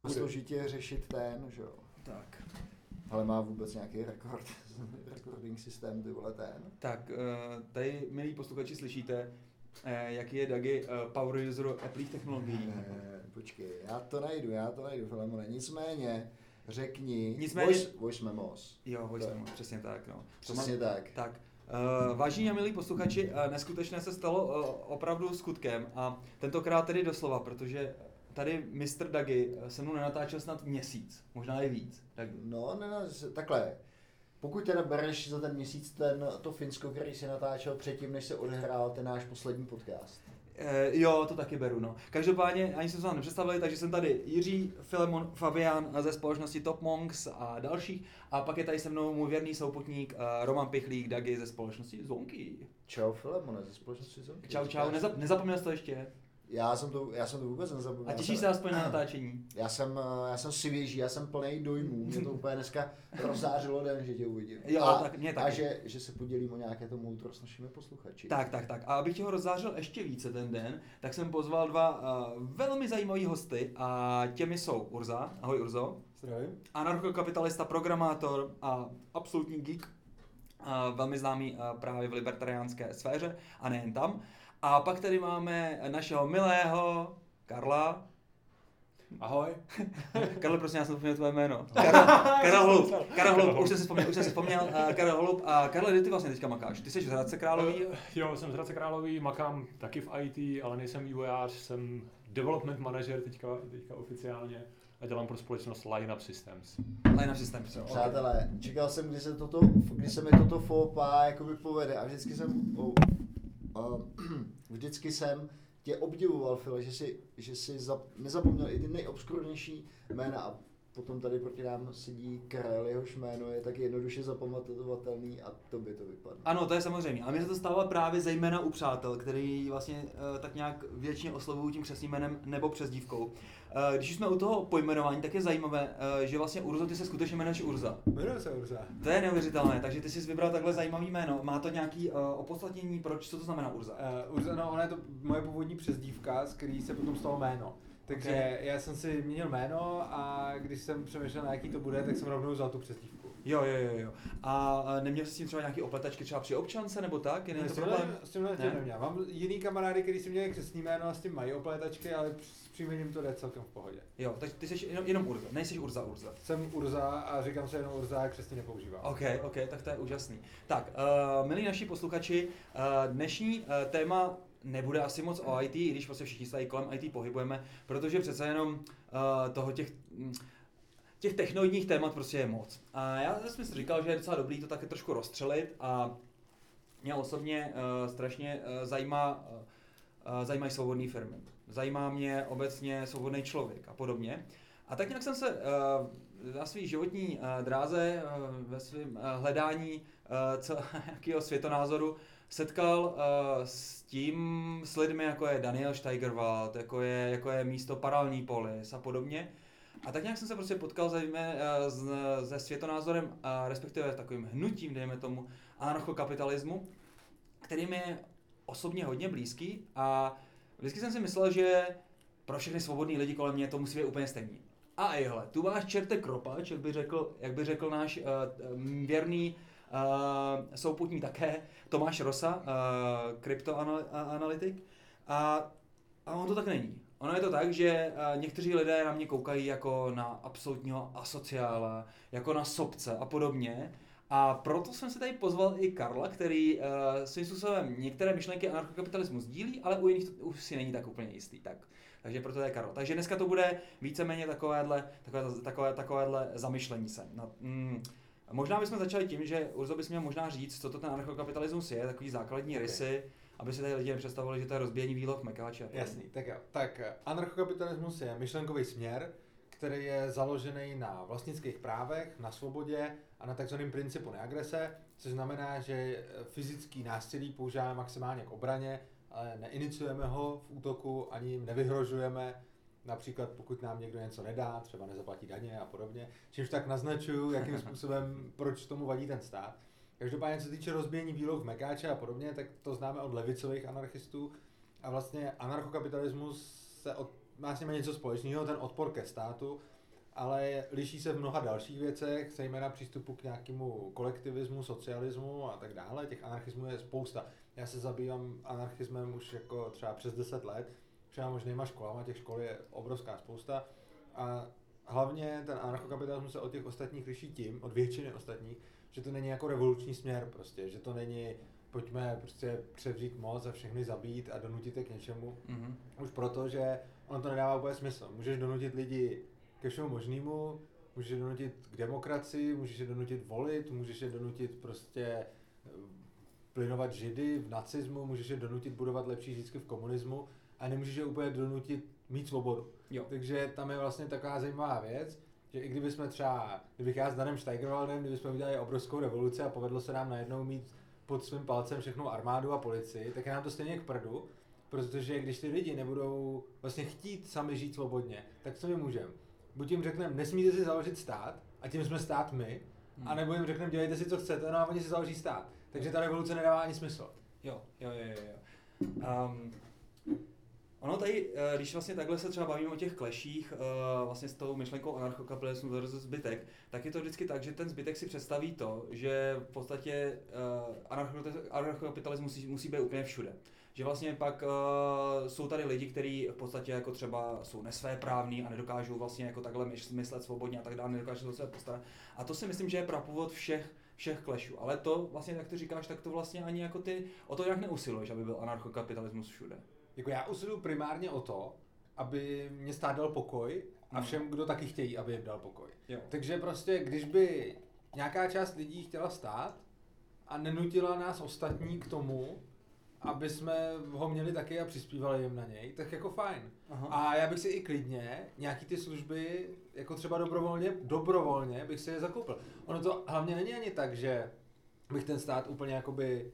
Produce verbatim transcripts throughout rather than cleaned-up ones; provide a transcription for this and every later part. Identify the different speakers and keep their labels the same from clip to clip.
Speaker 1: složitě řešit ten, že jo.
Speaker 2: Tak.
Speaker 1: Ale má vůbec nějaký rekord, recording systém, ty vole, ten.
Speaker 2: Tak, tady, milí posluchači, slyšíte, jaký je Dagi power user Apple technologií.
Speaker 1: Ne, počkej, já to najdu, já to najdu, Filemone. Nicméně, řekni,
Speaker 2: Nicméně,
Speaker 1: voice, voice memos.
Speaker 2: Jo, voice memos, přesně tak. No.
Speaker 1: Přesně tak.
Speaker 2: Tak. Uh, vážení a milí posluchači, uh, neskutečné se stalo uh, opravdu skutkem a tentokrát tedy doslova, protože tady mistr Dagi se mnou nenatáčel snad měsíc, možná i víc. Tak...
Speaker 1: No, ne, ne, takhle. Pokud teda bereš za ten měsíc ten, to Finsko, který si natáčel předtím, než se odehrál ten náš poslední podcast.
Speaker 2: E, jo, to taky beru, no. Každopádně, ani jsme se vám nepředstavili, takže jsem tady Jiří, Filemon, Fabián ze společnosti Top Monks a dalších. A pak je tady se mnou můj věrný souputník Roman Pichlík, Dagi ze společnosti Zonky.
Speaker 1: Čau Filemone, ze společnosti Zonky.
Speaker 2: Čau, čau, Nezap, nezapomněl jsi to ještě?
Speaker 1: Já jsem to, já jsem to vůbec nezapomněl.
Speaker 2: A těšíš se aspoň na natáčení?
Speaker 1: Já jsem, já jsem svěží, já jsem plný dojmů. Mě to úplně dneska rozzářilo den, že tě uvidím.
Speaker 2: Jo,
Speaker 1: a,
Speaker 2: tak mě taky.
Speaker 1: A že, že se podělím o nějaké to moudro s našimi posluchači.
Speaker 2: Tak, tak, tak. A abych tě ho rozzářil ještě více ten den, tak jsem pozval dva uh, velmi zajímavý hosty a těmi jsou Urza. Ahoj Urzo.
Speaker 3: Zdravím.
Speaker 2: Anarchokapitalista, programátor a absolutní geek. Uh, velmi známý uh, právě v libertariánské sféře a nejen tam. A pak tady máme našeho milého Karla.
Speaker 3: Ahoj.
Speaker 2: Karle, prosím, já jsem zapomněl tvoje jméno. Karel, Karel Holub. Karel Holub, už jsem si vzpomněl, už jsem si vzpomněl. Uh, Karel Holub. A Karle, kde ty vlastně teďka makáš? Ty jsi z Hradce Králové?
Speaker 3: Uh, jo, jsem z Hradce Králové, makám taky v í té, ale nejsem vývojář, jsem development manager teďka, teďka oficiálně a dělám pro společnost Lineup Systems.
Speaker 2: Lineup Systems, jo.
Speaker 1: Přátelé, okay. Čekal jsem, kdy se, toto, kdy se mi toto fópa jakoby povede a vždycky jsem, oh, uh, vždycky jsem tě obdivoval, File, že jsi, že jsi za, nezapomněl i ty nejobskurnější jména a potom tady proti nám sedí Karel, jehož jméno je tak jednoduše zapamatovatelný a to by to vypadlo.
Speaker 2: Ano, to je samozřejmě, ale mě se to stává právě zejména u přátel, který vlastně uh, tak nějak většině oslovují tím křestním jménem nebo přezdívkou. Uh, když jsme u toho pojmenování, tak je zajímavé, uh, že vlastně Urzo, ty se skutečně jmenuješ Urza.
Speaker 3: Jmenuji se Urza.
Speaker 2: To je neuvěřitelné, takže ty jsi vybral takhle zajímavý jméno. Má to nějaký uh, opodstatnění, proč, co to znamená Urza?
Speaker 4: Uh, Urza, no ona je to moje původní přezdívka, z který se potom stalo jméno. Takže okay. Já jsem si měnil jméno a když jsem přemýšlel, na jaký to bude, tak jsem rovnou vzal tu přezdívku.
Speaker 2: Jo, jo, jo, jo. A neměl jsi s tím třeba nějaký opletačky třeba při občance nebo tak?
Speaker 4: Ne,
Speaker 2: to
Speaker 4: s tímhle, s tímhle ne? neměl. Mám jiný kamarády, kteří si měli křestní jméno a s tím mají opletačky, ale s příjmením to jde celkem v pohodě.
Speaker 2: Jo, tak ty jsi jenom, jenom Urza, nejsi Urza Urza.
Speaker 4: Jsem Urza a říkám se jenom Urza a křestní nepoužívám.
Speaker 2: Ok, ok, tak to je úžasný. Tak, uh, milí naši posluchači, uh, dnešní uh, téma nebude asi moc o í té, i když prostě všichni se tady kolem í té pohybujeme, protože přece jenom uh, toho těch, těch technoidních témat prostě je moc. A já jsem si říkal, že je docela dobrý to také trošku rozstřelit a mě osobně uh, strašně uh, zajímá, uh, zajímají svobodné firmy. Zajímá mě obecně svobodný člověk a podobně. A tak nějak jsem se uh, na svý životní uh, dráze, uh, ve svém uh, hledání uh, co, jakého světonázoru setkal uh, s tím, s lidmi jako je Daniel Steigerwald, jako je, jako je místo Paralelní polis a podobně. A tak nějak jsem se prostě potkal zejména uh, se světonázorem, uh, respektive takovým hnutím, dejme tomu, anarchokapitalismu, který mi je osobně hodně blízký a vždycky jsem si myslel, že pro všechny svobodní lidi kolem mě to musí být úplně stejný. A ihle, tu máš čerte kropač, jak by řekl, jak by řekl náš uh, věrný uh, souputník také, Tomáš Rosa, uh, kryptoanalytik. A, a on to tak není. Ono je to tak, že uh, někteří lidé na mě koukají jako na absolutního asociála, jako na sobce a podobně. A proto jsem se tady pozval i Karla, který uh, svým způsobem některé myšlenky anarchokapitalismu sdílí, ale u jiných to už si není tak úplně jistý. Tak. Takže proto je Karel. Takže dneska to bude víceméně takovéhle, takové, takové, takovéhle zamyšlení se. No, mm, možná bychom začali tím, že Urzo bys měl možná říct, co to ten anarchokapitalismus je, takový základní okay. rysy, aby si tady lidi nepředstavovali, že to je rozbíjení výloh mekáče.
Speaker 4: Jasný, tak jo. Tak anarchokapitalismus je myšlenkový směr, který je založený na vlastnických právech, na svobodě a na takzvaném principu neagrese, což znamená, že fyzický násilí používáme maximálně k obraně, ale neiniciujeme ho v útoku, ani jim nevyhrožujeme, například pokud nám někdo něco nedá, třeba nezaplatí daně a podobně, čímž tak naznačuju, jakým způsobem, proč tomu vadí ten stát. Každopádně, co se týče rozbíjení výloh mekáče a podobně, tak to známe od levicových anarchistů a vlastně anarchokapitalismus se od, má s nimi něco společného, ten odpor ke státu ale liší se v mnoha dalších věcech, zejména přístupu k nějakému kolektivismu, socialismu a tak dále. Těch anarchismů je spousta. Já se zabývám anarchismem už jako třeba přes deset let, všema možnýma školama, těch škol je obrovská spousta. A hlavně ten anarchokapitalismus se od těch ostatních liší tím, od většiny ostatních, že to není jako revoluční směr prostě, že to není pojďme prostě převřít moc a všechny zabít a donutit je k něčemu. Mm-hmm. Už proto, že ono to nedává úplně smysl. Můžeš donutit lidi ke všemu možnému, můžeš je donutit k demokracii, můžeš je donutit volit, můžeš je donutit prostě plynovat židy v nacismu, můžeš je donutit budovat lepší zítřky v komunismu a nemůžeš je úplně donutit mít svobodu.
Speaker 2: Jo.
Speaker 4: Takže tam je vlastně taková zajímavá věc, že i kdybychom třeba, kdybych já s Danem Steigerwaldem, kdybychom udělali obrovskou revoluci a povedlo se nám najednou mít pod svým palcem všechnu armádu a policii, tak je nám to stejně k prdu, protože když ty lidi nebudou vlastně chtít sami žít svobodně, tak co my můžeme? Buď jim řekneme, nesmíte si založit stát, a tím jsme stát my, hmm. anebo jim řekneme, dělejte si, co chcete, no a oni si založí stát. Takže ta revoluce nedává ani smysl.
Speaker 2: Jo, jo, jo, jo. Um, ono tady, když vlastně takhle se třeba bavíme o těch kleších vlastně s tou myšlenkou anarchokapitalismu versus zbytek, tak je to vždycky tak, že ten zbytek si představí to, že v podstatě anarchokapitalismus musí, musí být úplně všude. Že vlastně pak uh, jsou tady lidi, kteří v podstatě jako třeba jsou nesvéprávní a nedokážou vlastně jako takhle myslet svobodně a tak dále, nedokážou se postarat. A to si myslím, že je prapůvod všech všech clashů. Ale to vlastně, jak ty říkáš, tak to vlastně ani jako ty o to jak neusiluješ, aby byl anarchokapitalismus všude.
Speaker 4: Jako já usiluju primárně o to, aby mě stát dal pokoj a všem, kdo taky chtějí, aby jim dal pokoj.
Speaker 2: Jo.
Speaker 4: Takže prostě, když by nějaká část lidí chtěla stát a nenutila nás ostatní k tomu, aby jsme ho měli taky a přispívali jim na něj, tak jako fajn. Aha. A já bych si i klidně nějaký ty služby, jako třeba dobrovolně, dobrovolně bych si je zakoupil. Ono to hlavně není ani tak, že bych ten stát úplně jakoby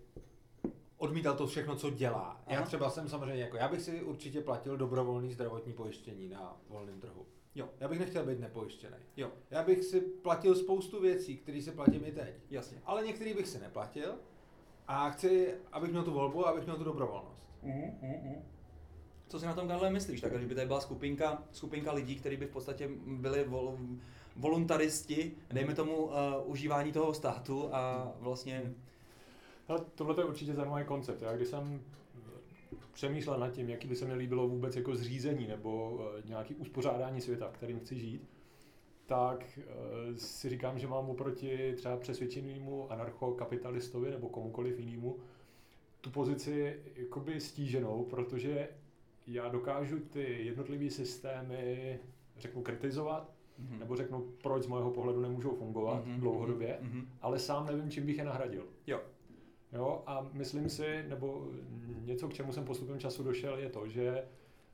Speaker 4: odmítal to všechno, co dělá. Aha. Já třeba jsem samozřejmě jako, já bych si určitě platil dobrovolný zdravotní pojištění na volném trhu.
Speaker 2: Jo.
Speaker 4: Já bych nechtěl být nepojištěný.
Speaker 2: Jo.
Speaker 4: Já bych si platil spoustu věcí, které si platím i teď.
Speaker 2: Jasně.
Speaker 4: Ale některý bych si neplatil. A chci, abych měl tu volbu a abych měl tu dobrovolnost.
Speaker 2: Mm, mm, mm. Co si na tom, Karle, myslíš? Tak, kdyby tady byla skupinka, skupinka lidí, kteří by v podstatě byli vol, voluntaristi, dejme tomu uh, užívání toho státu a vlastně...
Speaker 3: Ale tohle je určitě zajímavý koncept. Já když jsem přemýšlel nad tím, jaký by se mi líbilo vůbec jako zřízení nebo uh, nějaký uspořádání světa, kterým chci žít, tak uh, si říkám, že mám oproti třeba přesvědčenému anarchokapitalistovi nebo komukoliv jinému tu pozici jakoby stíženou, protože já dokážu ty jednotlivé systémy, řeknu, kritizovat, mm-hmm. nebo řeknu, proč z mého pohledu nemůžou fungovat mm-hmm. dlouhodobě, mm-hmm. ale sám nevím, čím bych je nahradil.
Speaker 2: Jo.
Speaker 3: Jo, a myslím si, nebo něco, k čemu jsem postupem času došel, je to, že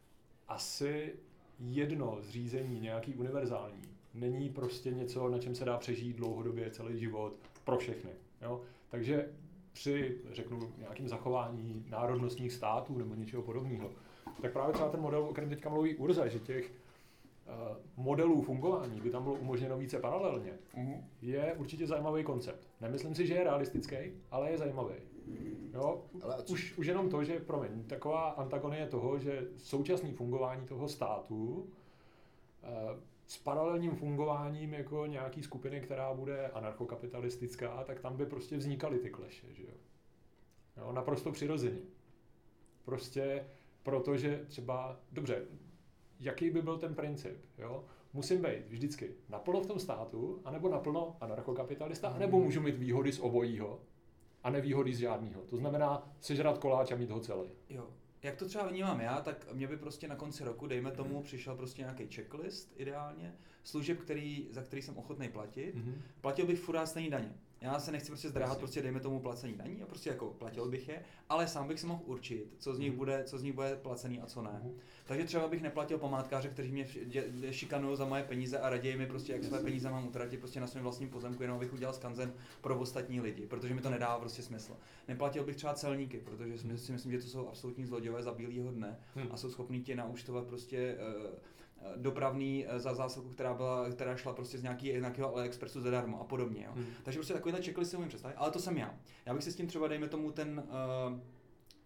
Speaker 3: asi jedno zřízení, nějaký univerzální, není prostě něco, na čem se dá přežít dlouhodobě celý život pro všechny. Jo? Takže při, řeknu, nějakým zachování národnostních států nebo něčeho podobného, tak právě třeba ten model, o kterém teďka mluví Urza, že těch uh, modelů fungování by tam bylo umožněno více paralelně, uh-huh. je určitě zajímavý koncept. Nemyslím si, že je realistický, ale je zajímavý. Jo? Ale už, už jenom to, že, promiň, taková antagonie toho, že současné fungování toho státu uh, s paralelním fungováním jako nějaký skupiny, která bude anarchokapitalistická, tak tam by prostě vznikaly ty kleše, že jo. jo. Naprosto přirozeně. Prostě protože třeba, dobře, jaký by byl ten princip, jo. Musím být vždycky naplno v tom státu, anebo naplno anarchokapitalista, anebo můžu mít výhody z obojího a nevýhody z žádného. To znamená sežrat koláč a mít ho celý.
Speaker 2: Jo. Jak to třeba vnímám já, tak mě by prostě na konci roku, dejme tomu, přišel prostě nějaký checklist ideálně, služeb, který, za který jsem ochotný platit. Mm-hmm. Platil bych furt stejný daně. Já se nechci prostě zdráhat, prostě dejme tomu placení daní, a prostě jako platil bych je, ale sám bych si mohl určit, co z nich bude, co z nich bude placený a co ne. Mm-hmm. Takže třeba bych neplatil památkáře, kteří mě šikanují za moje peníze a raději mi prostě, jak své peníze mám utratit prostě na svém vlastním pozemku, jenom abych udělal skanzen pro ostatní lidi, protože mi to nedává prostě smysl. Neplatil bych třeba celníky, protože si myslím, že to jsou absolutní zlodějové za bílýho dne a jsou schopní ti naúčtovat prostě uh, dopravný za zásilku, která byla, která šla prostě z nějaký, nějakého AliExpressu zadarmo a podobně. Jo. Hmm. Takže prostě takovýhle checklist si umím představit, ale to jsem já. Já bych si s tím třeba, dejme tomu, ten uh,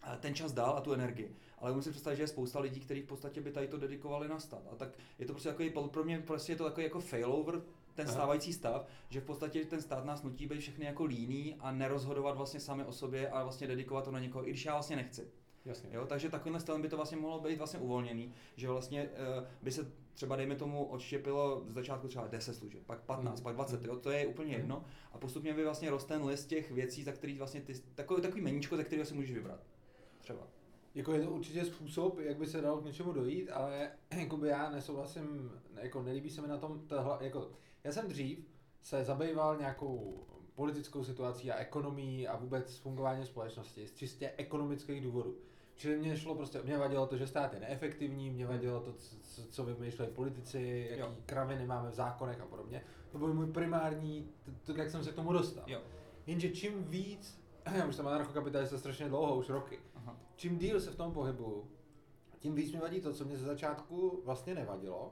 Speaker 2: ten čas dál a tu energii. Ale musím představit, že je spousta lidí, kteří v podstatě by tady to dedikovali na stát. A tak je to prostě takový, pro mě prostě je to takový jako failover, ten stávající stav, že v podstatě ten stát nás nutí být všechny jako líní a nerozhodovat vlastně sami o sobě a vlastně dedikovat to na někoho, i když já vlastně nechci.
Speaker 3: Jasně.
Speaker 2: Jo, takže takovýmhle stylem by to vlastně mohlo být vlastně uvolněný, že vlastně uh, by se třeba dejme tomu odštěpilo z začátku třeba deset služeb, pak patnáct, mm. pak dvacet, jo, to je úplně mm. jedno a postupně by vlastně rost ten list těch věcí, za který vlastně ty, takový, takový meníčko, za kterého si můžeš vybrat. Třeba.
Speaker 4: Jako je to určitě způsob, jak by se dalo k něčemu dojít, ale jakoby já nesouhlasím, jako nelíbí se mi na tom tohle, jako já jsem dřív se zabýval nějakou politickou situací a ekonomií a vůbec fungování společnosti z čistě ekonomických důvodů. Čili mě šlo prostě, mě vadilo to, že stát je neefektivní, mě vadilo to, co, co vymýšlejí politici, jaký jo. kraviny máme v zákonech a podobně. To byl můj primární, to, to jak jsem se k tomu dostal.
Speaker 2: Jo.
Speaker 4: Jenže čím víc, já už jsem anarchokapitalista strašně dlouho, už roky, Aha. čím díl se v tom pohybuju, tím víc mi vadí to, co mě ze začátku vlastně nevadilo,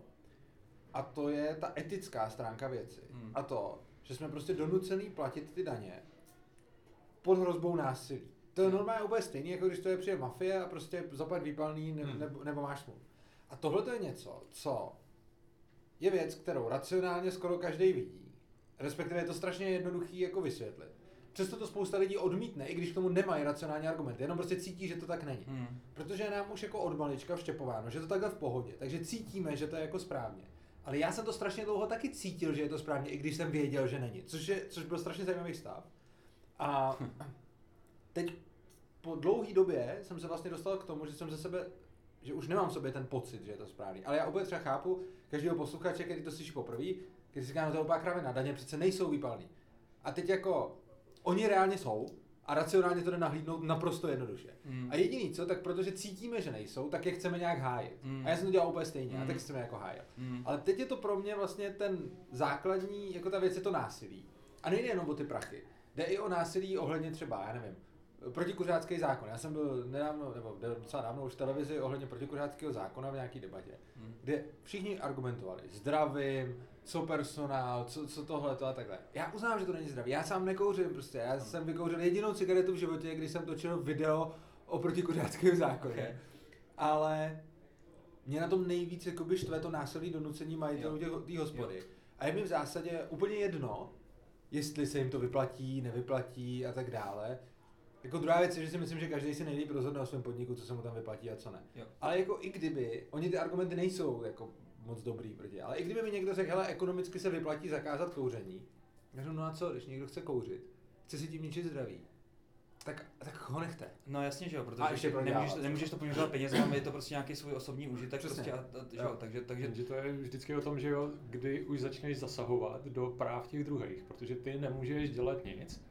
Speaker 4: a to je ta etická stránka věci. Hmm. A to, že jsme prostě donucený platit ty daně pod hrozbou násilí. To je normálně úplně stejný, jako když to je přijde mafie a prostě zaplať výpalný ne, nebo, nebo máš smůlu. A tohle to je něco, co je věc, kterou racionálně skoro každý vidí. Respektive je to strašně jednoduchý jako vysvětlit. Přesto to spousta lidí odmítne, i když k tomu nemají racionální argumenty, jenom prostě cítí, že to tak není. Hmm. Protože je nám už jako od malička vštěpováno, že to takhle v pohodě, takže cítíme, že to je jako správně. Ale já jsem to strašně dlouho taky cítil, že je to správně, i když jsem věděl, že není. Což, je, což byl strašně zajímavý stav. A teď po dlouhé době jsem se vlastně dostal k tomu, že jsem ze sebe, že už nemám v sobě ten pocit, že je to správný. Ale já úplně třeba chápu každého posluchače, který to slyší poprvé, když si říká, no to opák kravina, daně přece nejsou výpalný. A teď jako, oni reálně jsou a racionálně to jde nahlídnout naprosto jednoduše. Mm. A jediný co, tak protože cítíme, že nejsou, tak je chceme nějak hájit. Mm. A já jsem to dělal úplně stejně, mm. a tak chceme jako hájit. Mm. Ale teď je to pro mě vlastně ten základní, jako ta věc je to násilí. A nejde jenom o ty prachy. Jde i o násilí ohledně třeba, já nevím, protikuřácký zákon. Já jsem byl nedávno, nebo docela dávno už v televizi ohledně protikuřáckého zákona v nějaký debatě, hmm. kde všichni argumentovali zdravím, co personál, co, co tohleto a takhle. Já uznám, že to není zdravý. Já sám nekouřím prostě. Já hmm. jsem vykouřil jedinou cigaretu v životě, když jsem točil video o protikuřáckém zákoně. Okay. Ale mě na tom nejvíc jakoby štve to násilí donucení majitelů té hospody. Jo. A je mi v zásadě úplně jedno, jestli se jim to vyplatí, nevyplatí a tak dále. Jako druhá věc je, že si myslím, že každý si nejlíp rozhodne o svém podniku, co se mu tam vyplatí a co ne. Jo. Ale jako i kdyby, oni ty argumenty nejsou jako moc dobrý proti, ale i kdyby mi někdo řekl, hele, ekonomicky se vyplatí zakázat kouření, já řeknu, no a co, když někdo chce kouřit, chce si tím ničit zdraví, tak, tak ho nechte.
Speaker 2: No jasně, že jo, protože nemůžeš, nemůžeš to poměřovat penězma, je to prostě nějaký svůj osobní užitek. Prostě a, a, že jo, takže, takže...
Speaker 3: takže to je vždycky o tom, že jo, kdy už začneš zasahovat do práv těch druhých, protože ty nemůžeš dělat nic,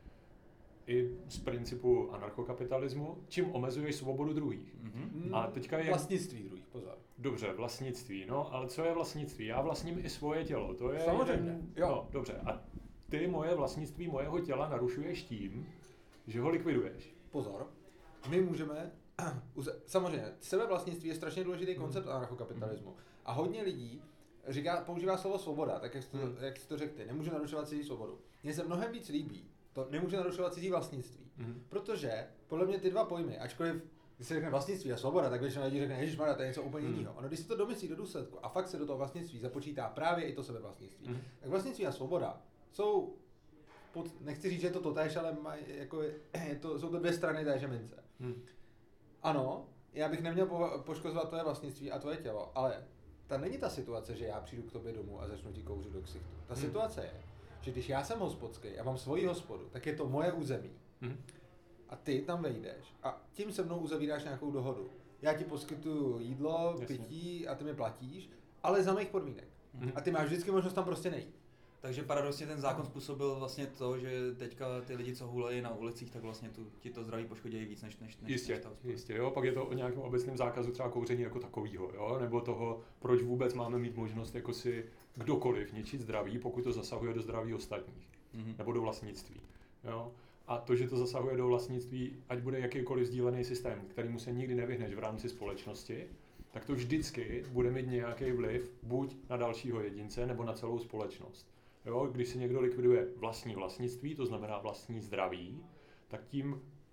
Speaker 3: i z principu anarchokapitalismu, čím omezuješ svobodu druhých. Mm-hmm. A teďka je...
Speaker 4: Vlastnictví druhých, pozor.
Speaker 3: Dobře, vlastnictví, no, ale co je vlastnictví? Já vlastním i svoje tělo, to je...
Speaker 4: Samozřejmě, jo.
Speaker 3: No, dobře, a ty moje vlastnictví mojeho těla narušuješ tím, že ho likviduješ.
Speaker 4: Pozor, my můžeme... Samozřejmě, sebevlastnictví je strašně důležitý koncept mm. anarchokapitalismu. A hodně lidí říká, používá slovo svoboda, tak jak jsi to, mm. jak jsi to řekl ty, nemůže narušovat cizí svobodu. Mně se mnohem víc líbí, to nemůže narušovat cizí vlastnictví. Mm-hmm. Protože podle mě ty dva pojmy, ačkoliv když se řekne vlastnictví a svoboda, tak většina lidí řekne, ježišmarja, to je něco úplně mm. jiného. Ono, když se to domyslí do důsledku a fakt se do toho vlastnictví započítá právě i to sebevlastnictví, mm. tak vlastnictví a svoboda jsou, pod, nechci říct, že je to totéž, ale maj, jako je, je to, jsou to dvě strany téže mince. Mm. Ano, já bych neměl po, poškozovat tvoje vlastnictví a tvoje tělo, ale ta není ta situace, že já přijdu k tobě domů a začnu ti kouřit do ksichtu. Ta mm. situace je, že když já jsem hospodský a mám svoji hospodu, tak je to moje území. Hmm. A ty tam vejdeš a tím se mnou uzavíráš nějakou dohodu. Já ti poskytuju jídlo, Jasně. pití a ty mi platíš, ale za mých podmínek. Hmm. A ty máš vždycky možnost tam prostě nejít.
Speaker 2: Takže paradoxně ten zákon způsobil vlastně to, že teďka ty lidi, co hulají na ulicích, tak vlastně tu, ti to zdraví poškodí víc než, než, než
Speaker 3: jistě, než jistě, jo, pak je to o nějakém obecném zákazu třeba kouření jako takového, jo, nebo toho, proč vůbec máme mít možnost jako si kdokoliv ničit zdraví, pokud to zasahuje do zdraví ostatních, mm-hmm. nebo do vlastnictví, jo. A to, že to zasahuje do vlastnictví, ať bude jakýkoliv sdílený systém, kterýmu se nikdy nevyhneš v rámci společnosti, tak to vždycky bude mít nějaký vliv buď na dalšího jedince, nebo na celou společnost. Jo, když si někdo likviduje vlastní vlastnictví, to znamená vlastní zdraví, tak tím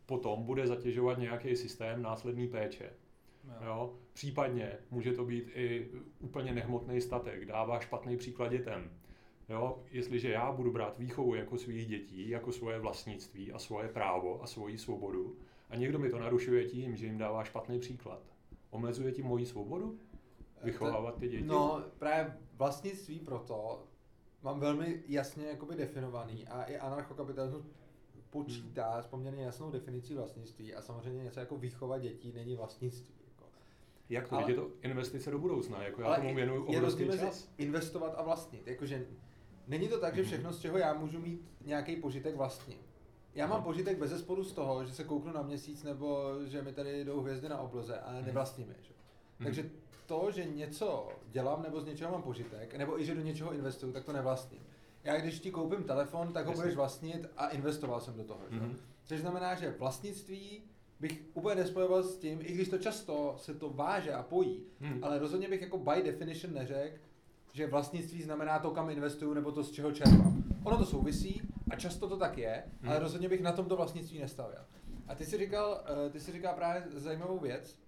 Speaker 3: potom bude zatěžovat nějaký systém následný péče.
Speaker 2: Jo.
Speaker 3: Jo? Případně může to být i úplně nehmotný statek, dává špatný příklad dětem. Jo? Jestliže já budu brát výchovu jako svých dětí, jako svoje vlastnictví a svoje právo a svoji svobodu a někdo mi to narušuje tím, že jim dává špatný příklad, omezuje tím moji svobodu? Vychovávat ty děti?
Speaker 4: No, právě vlastnictví proto mám velmi jasně jakoby definovaný a i anarchokapitalismus počítá hmm. s poměrně jasnou definicí vlastnictví a samozřejmě něco jako výchova dětí není vlastnictví. Jako.
Speaker 3: Jak to?
Speaker 4: Ale,
Speaker 3: je to investice do budoucna, jako já
Speaker 4: ale
Speaker 3: tomu věnuju
Speaker 4: je
Speaker 3: obrovský
Speaker 4: rozdíl
Speaker 3: čas.
Speaker 4: mezi investovat a vlastnit. Jakože není to tak, že všechno, z čeho já můžu mít nějaký požitek vlastním. Já mám požitek bezesporu z toho, že se kouknu na měsíc nebo že mi tady jdou hvězdy na obloze, ale nevlastním je. Že? Takže to, že něco dělám nebo z něčeho mám požitek, nebo i že do něčeho investuju, tak to nevlastním. Já když ti koupím telefon, tak ho budeš vlastnit a investoval jsem do toho. Mm-hmm. Což znamená, že vlastnictví bych úplně nespojoval s tím, i když to často se to váže a pojí, mm. ale rozhodně bych jako by definition neřekl, že vlastnictví znamená to, kam investuju, nebo to, z čeho čerpám. Ono to souvisí a často to tak je, mm. ale rozhodně bych na tomto vlastnictví nestavěl. A ty jsi říkal, ty jsi říkal právě zajímavou věc,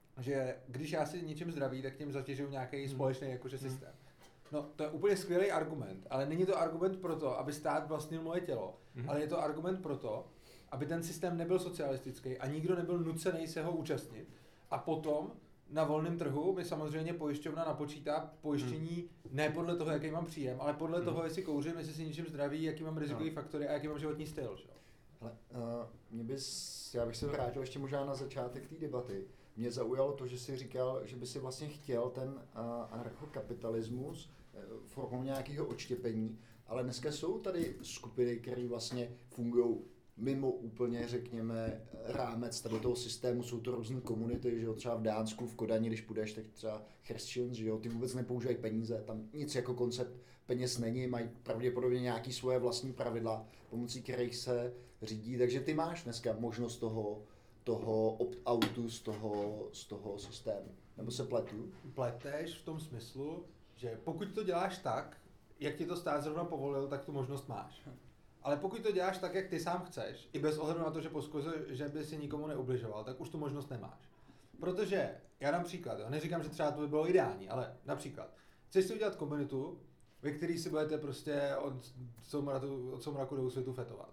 Speaker 4: že když já si něčím zdraví, tak tím zatěžuju nějaký hmm. společný jakože systém. No, to je úplně skvělý argument, ale není to argument pro to, aby stát vlastnil moje tělo, hmm. ale je to argument pro to, aby ten systém nebyl socialistický a nikdo nebyl nucený se ho účastnit. A potom na volném trhu mi samozřejmě pojišťovna napočítá pojištění hmm. ne podle toho, jaký mám příjem, ale podle hmm. toho, jestli kouřím, jestli si něčím zdraví, jaký mám rizikový no. faktory a jaký mám životní styl. Že?
Speaker 1: Ale, uh, mě bys, já bych se vrátil ještě možná na začátek té debaty. Mě zaujalo to, že jsi říkal, že by si vlastně chtěl ten uh, anarchokapitalismus uh, formou nějakého odštěpení, ale dneska jsou tady skupiny, které vlastně fungují mimo úplně, řekněme, rámec tady toho systému. Jsou to různé komunity, že jo, třeba v Dánsku, v Kodani, když půjdeš, tak třeba Christians, že jo, ty vůbec nepoužívají peníze, tam nic jako koncept peněz není, mají pravděpodobně nějaké svoje vlastní pravidla, pomocí kterých se řídí, takže ty máš dneska možnost toho toho opt-outu z toho, z toho systému. Nebo se pletu?
Speaker 4: Pleteš v tom smyslu, že pokud to děláš tak, jak ti to stát zrovna povolil, tak tu možnost máš. Ale pokud to děláš tak, jak ty sám chceš, i bez ohledu na to, že poskuzuje, že by si nikomu neubližoval, tak už tu možnost nemáš. Protože, já dám příklad, jo, neříkám, že třeba to by bylo ideální, ale například, chceš si udělat komunitu, ve který si budete prostě od soumraku, od soumraku do úsvitu fetovat.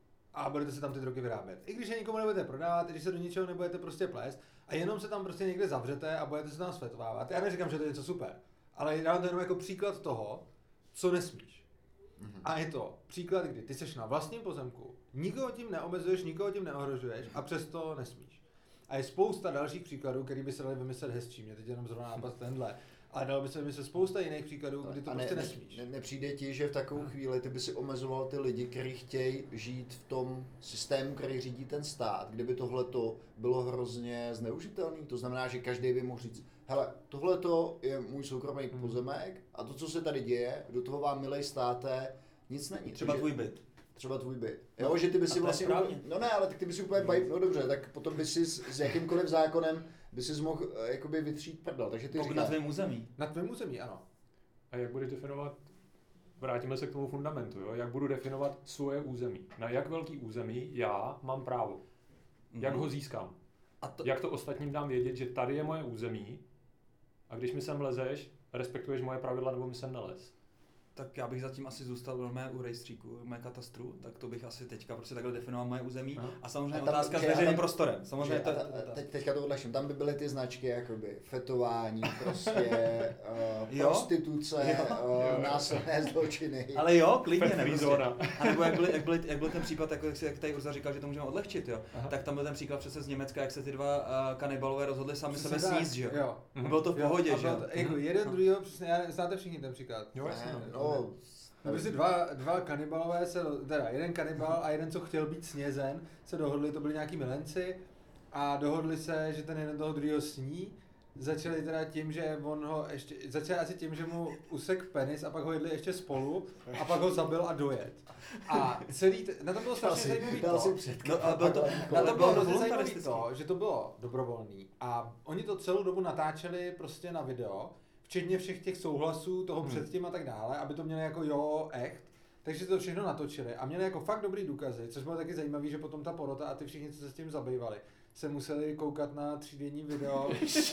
Speaker 4: A budete se tam ty drogy vyrábět. I když je nikomu nebudete prodávat, i když se do ničeho nebudete prostě plést a jenom se tam prostě někde zavřete a budete se tam světovávat. Já neříkám, že to je něco super, ale dám to jenom jako příklad toho, co nesmíš. Mm-hmm. A je to příklad, kdy ty seš na vlastním pozemku, nikoho tím neomezuješ, nikoho tím neohrožuješ a přesto nesmíš. A je spousta dalších příkladů, který by se dali vymyslet hezčí. Mě teď jenom zrovna nápad tenhle. Ale dalo by se vymyslet spousta jiných příkladů, kdy to
Speaker 1: a
Speaker 4: prostě
Speaker 1: ne,
Speaker 4: nesmíš.
Speaker 1: Ne, nepřijde ti, že v takovou chvíli ty by si omezoval ty lidi, kteří chtějí žít v tom systému, který řídí ten stát, kdyby tohleto bylo hrozně zneužitelné. To znamená, že každý by mohl říct, hele, tohleto je můj soukromý hmm. pozemek a to, co se tady děje, do toho vám, milej státe, nic není.
Speaker 2: Třeba
Speaker 1: Takže,
Speaker 2: tvůj byt.
Speaker 1: Třeba tvůj byt. Jo, no, že ty by si vlastně úplně, no ne, ale tak ty by si úplně baj, no dobře, tak potom by si s, s jakýmkoliv zákonem by si mohl jakoby vytřít prdel, takže ty
Speaker 2: říkáš. Na tvém území.
Speaker 4: Na tvém území, ano.
Speaker 3: A jak budeš definovat, vrátíme se k tomu fundamentu, jo? Jak budu definovat svoje území? Na jak velký území já mám právo? Jak mm. ho získám? A to... Jak to ostatním dám vědět, že tady je moje území a když mi sem lezeš, respektuješ moje pravidla nebo mi sem nelez?
Speaker 2: Tak já bych zatím asi zůstal v mé u rejstříku, v mé katastru, tak to bych asi teďka prostě takhle definoval moje území. Aha. A samozřejmě a tam, otázka s veřejným prostorem. Samozřejmě to,
Speaker 1: a, a, teď, teďka to odlehčím, tam by byly ty značky jakoby fetování, prostě uh, prostituce, uh, násilné zločiny.
Speaker 2: Ale jo, klidně ne. Prostě. A nebo jak byl, jak, byl, jak byl ten případ, jako jak, jak tady Urza říkal, že to můžeme odlehčit, jo. Aha. Tak tam byl ten příklad přece z Německa, jak se ty dva uh, kanibalové rozhodli sami sebe sníst, že jo. jo. Bylo to v pohodě, jo, že jo.
Speaker 4: Jako jeden druhýho, přesně, znáte všichni ten příklad.
Speaker 3: Jo, jasně.
Speaker 1: No,
Speaker 4: No, prostě dva, dva kanibalové se, teda jeden kanibal a jeden, co chtěl být snězen, se dohodli, to byli nějaký milenci a dohodli se, že ten jeden toho druhého sní. Začali teda tím, že on ho ještě, začali asi tím, že mu usek penis a pak ho jedli ještě spolu a pak ho zabil a dojet. A celý, t- na to bylo strašně zajímavý to,
Speaker 2: no, ale bylo to,
Speaker 4: na to bylo hrozně zajímavý to, že to bylo dobrovolný a oni to celou dobu natáčeli prostě na video, včetně všech těch souhlasů, toho hmm. předtím a tak dále, aby to měli jako jo, echt. takže to všechno natočili a měli jako fakt dobrý důkazy, což bylo taky zajímavé, že potom ta porota a ty všichni, co se s tím zabývali, se museli koukat na třídenní video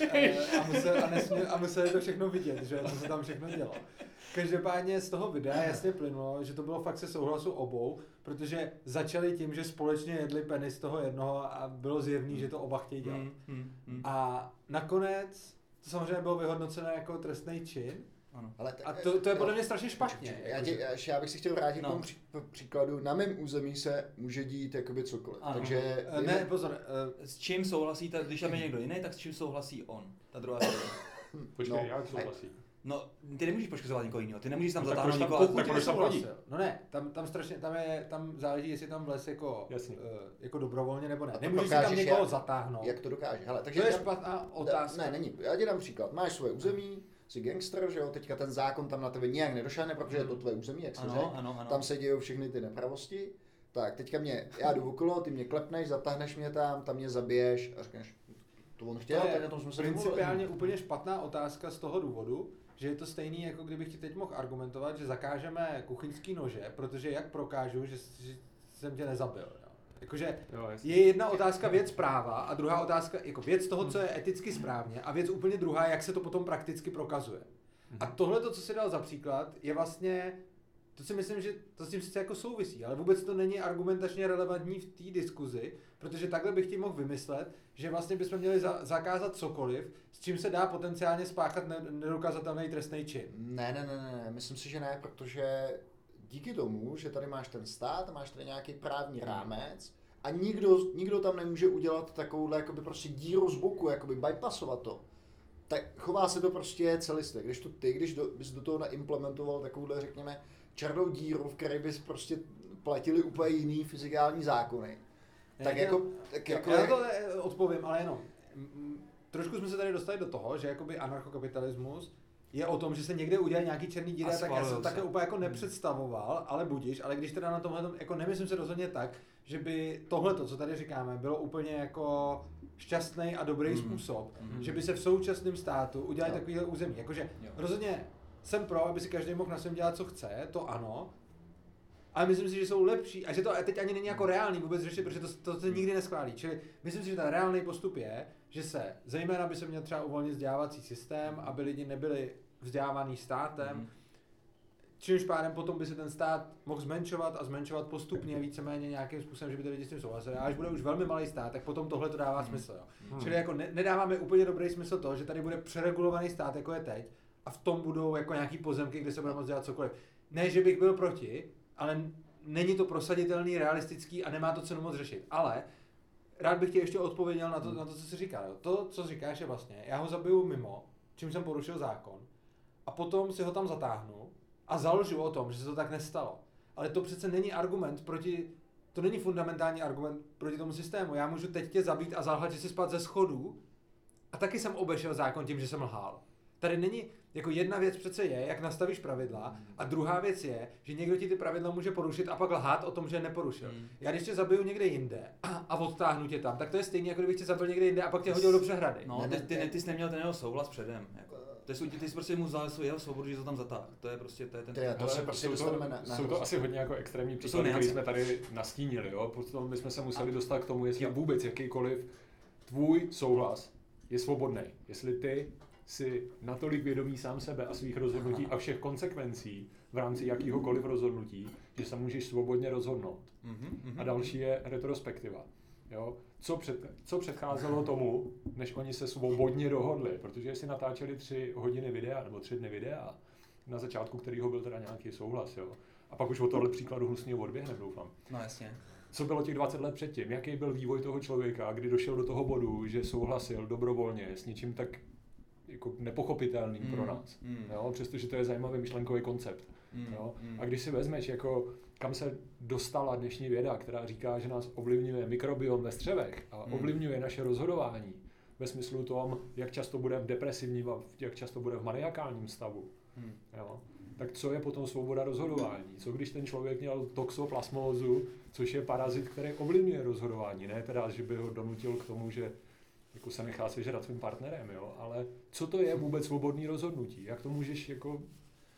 Speaker 4: a, museli, a, nesměli, a museli to všechno vidět, že co se tam všechno dělo. Každopádně z toho videa jasně plynulo, že to bylo fakt se souhlasu obou, protože začali tím, že společně jedli penis toho jednoho a bylo zjevný, že to oba chtějí dělat.
Speaker 2: Mm, mm, mm.
Speaker 4: A nakonec to samozřejmě bylo vyhodnocené jako trestný čin.
Speaker 2: Ano.
Speaker 1: Ale t-
Speaker 4: A to, to je podle mě strašně špatně.
Speaker 1: Já, tě, já, já bych si chtěl vrátit
Speaker 2: No.
Speaker 1: k tomu pří, příkladu. Na mém území se může dít jakoby cokoliv.
Speaker 2: Ano.
Speaker 1: Takže
Speaker 4: Eh, Ne, pozor. eh,
Speaker 2: S čím souhlasí, ta, když tam je někdo jiný, tak s čím souhlasí on, ta druhá strana.
Speaker 3: Počkej,
Speaker 1: No,
Speaker 3: jak souhlasí?
Speaker 2: No, ty nemůžeš poškozovat někoho jiného, ty nemůžeš tam
Speaker 3: No, tak
Speaker 2: zatáhnout
Speaker 3: proč tam-
Speaker 2: někoho.
Speaker 3: tak
Speaker 4: Pokud
Speaker 3: proč tam
Speaker 4: nesouhlasil.
Speaker 3: chodí?
Speaker 4: No ne, tam, tam strašně, tam je, tam záleží, jestli tam vles jako,
Speaker 3: Jasně.
Speaker 4: uh, jako dobrovolně nebo ne.
Speaker 1: A to
Speaker 4: Nemůžeš si tam
Speaker 1: prokážeš
Speaker 4: někoho
Speaker 1: jak?
Speaker 4: zatáhnout.
Speaker 1: Jak to dokáže? Hele,
Speaker 4: To
Speaker 1: takže
Speaker 4: je
Speaker 1: já-
Speaker 4: špatná otázka.
Speaker 1: Ne, není. Já ti dám příklad. Máš svoje území, jsi gangster, že jo, teďka ten zákon tam na tebe nijak nedošáhne, protože je to tvoje území, jak se
Speaker 2: Ano,
Speaker 1: řekl.
Speaker 2: ano, ano.
Speaker 1: Tam se dějou všechny ty nepravosti. Tak, teďka mě, já jdu okolo, ty mě klepneš, zatáhneš mě tam, tam mě zabiješ a řekneš, to on chtěl,
Speaker 4: To
Speaker 1: tak
Speaker 4: je
Speaker 1: na tom jsme se domluvili.
Speaker 4: principiálně úplně špatná otázka z toho důvodu, že je to stejný, jako kdybych ti teď mohl argumentovat, že zakážeme kuchyňský nože, protože jak prokážu, že, že jsem tě nezabil. Jo? Jakože
Speaker 3: Jo, jasně.
Speaker 4: je jedna otázka věc práva a druhá otázka jako věc toho, co je eticky správně a věc úplně druhá, jak se to potom prakticky prokazuje. A tohle, to, co si dal za příklad, je vlastně, to si myslím, že to s tím sice jako souvisí, ale vůbec to není argumentačně relevantní v té diskuzi, protože takhle bych ti mohl vymyslet, že vlastně bychom měli za- zakázat cokoliv, s čím se dá potenciálně spáchat ne- nedokazatelný trestný čin.
Speaker 1: Ne, ne, ne, ne, ne, myslím si, že ne, protože díky tomu, že tady máš ten stát, máš tady nějaký právní rámec a nikdo, nikdo tam nemůže udělat takovouhle jakoby prostě díru z boku, jakoby bypassovat to. Tak chová se to prostě celistvě, když to ty, když do, bys do toho naimplementoval takovouhle, řekněme, černou díru, v které bys prostě platili úplně jiný fyzikální zákony. Tak
Speaker 4: Já-
Speaker 1: jako, tak jako
Speaker 4: já na to eh, odpovím, ale jenom. M- m- Trošku jsme se tady dostali do toho, že jakoby anarchokapitalismus je o tom, že se někde udělají nějaký černý díry,
Speaker 2: A
Speaker 4: tak já jsem
Speaker 2: schvalujou
Speaker 4: to také
Speaker 2: se.
Speaker 4: úplně jako nepředstavoval, ale budíš, ale když teda na tomhle, jako nemyslím se rozhodně tak, že by tohleto, co tady říkáme, bylo úplně jako šťastný a dobrý
Speaker 2: Mm.
Speaker 4: způsob,
Speaker 2: Mm.
Speaker 4: že by se v současném státu udělali
Speaker 1: Jo.
Speaker 4: takovýhle území. Jakože
Speaker 2: Jo.
Speaker 4: rozhodně jsem pro, aby si každý mohl na svém dělat, co chce, to ano, ale myslím si, že jsou lepší a že to teď ani není jako reálný vůbec řešit, protože to, to se nikdy neschválí. Čili myslím si, že ten reálný postup je, že se zejména by se měl třeba uvolnit vzdělávací systém, aby lidi nebyli vzdělávaný státem,
Speaker 2: Mhm.
Speaker 4: čímž pádem potom by se ten stát mohl zmenšovat a zmenšovat postupně víceméně nějakým způsobem, že by ty lidi s tím souhlasili. A až bude už velmi malý stát, tak potom tohle to dává smysl. Jo.
Speaker 3: Hmm.
Speaker 4: Čili jako ne, nedáváme úplně dobrý smysl to, že tady bude přeregulovaný stát, jako je teď, a v tom budou jako nějaký pozemky, kde se bude moct dělat cokoliv. Ne, že bych byl proti, ale není to prosaditelný, realistický a nemá to cenu moc řešit. Ale rád bych ti ještě odpověděl na to, na to co jsi říkal. Jo. To, co říkáš, je vlastně, já ho zabiju mimo, čím jsem porušil zákon, a potom si ho tam zatáhnu a založu o tom, že se to tak nestalo. Ale to přece není argument proti, to není fundamentální argument proti tomu systému. Já můžu teď tě zabít a zalhat, že si spát ze schodů a taky jsem obešel zákon tím, že jsem lhal. Tady není, jako jedna věc přece je, jak nastavíš pravidla, a druhá věc je, že někdo ti ty pravidla může porušit a pak lhát o tom, že je neporušil.
Speaker 2: Mm.
Speaker 4: Já když tě zabiju někde jinde a, a odtáhnu tě tam, tak to je stejně, jako kdybych tě zabil někde jinde a pak tě hodil do přehrady.
Speaker 2: No,
Speaker 1: Ne,
Speaker 2: ty,
Speaker 1: ne,
Speaker 2: ty,
Speaker 1: ne.
Speaker 2: ty jsi neměl ten jeho souhlas předem. Jako. Ty, jsi, ty jsi prostě mu vzal svou jeho svobodu, že to tam zatáhl. To je prostě, to je ten...
Speaker 1: To je- to se prostě
Speaker 3: jsou
Speaker 1: dostaneme na- na
Speaker 3: jsou to
Speaker 1: hrozně.
Speaker 3: asi hodně jako extrémní
Speaker 2: To jsou
Speaker 3: příklady, které
Speaker 2: niance.
Speaker 3: jsme tady nastínili. Jo? Potom bychom se museli
Speaker 2: A-
Speaker 3: dostat k tomu, jestli
Speaker 2: jo.
Speaker 3: vůbec jakýkoliv tvůj souhlas je svobodný. Jestli ty si natolik vědomý sám sebe a svých rozhodnutí a všech konsekvencí v rámci jakýhokoliv rozhodnutí, že se můžeš svobodně rozhodnout.
Speaker 2: Mhm, mhm.
Speaker 3: A další je retrospektiva. Jo? Co, před, co předcházelo tomu, než oni se svobodně dohodli? Protože si natáčeli tři hodiny videa, nebo tři dny videa, na začátku kterého byl teda nějaký souhlas. Jo? A pak už od tohle příkladu hnusného odběhne, doufám.
Speaker 2: No jasně.
Speaker 3: Co bylo těch dvacet let předtím? Jaký byl vývoj toho člověka, kdy došel do toho bodu, že souhlasil dobrovolně s něčím tak jako nepochopitelným
Speaker 2: Mm,
Speaker 3: pro nás.
Speaker 2: mm.
Speaker 3: Jo? Přestože to je zajímavý myšlenkový koncept.
Speaker 2: Mm,
Speaker 3: Jo?
Speaker 2: mm.
Speaker 3: A když si vezmeš, jako, kam se dostala dnešní věda, která říká, že nás ovlivňuje mikrobiom ve střevech a
Speaker 2: Hmm.
Speaker 3: ovlivňuje naše rozhodování ve smyslu tom, jak často bude v depresivním a jak často bude v maniakálním stavu.
Speaker 2: Hmm.
Speaker 3: Jo? Tak co je potom svoboda rozhodování? Co když ten člověk měl toxoplasmózu, což je parazit, který ovlivňuje rozhodování? Ne teda, že by ho donutil k tomu, že jako se nechá sežrat svým partnerem, jo? Ale co to je vůbec svobodný rozhodnutí? Jak to můžeš jako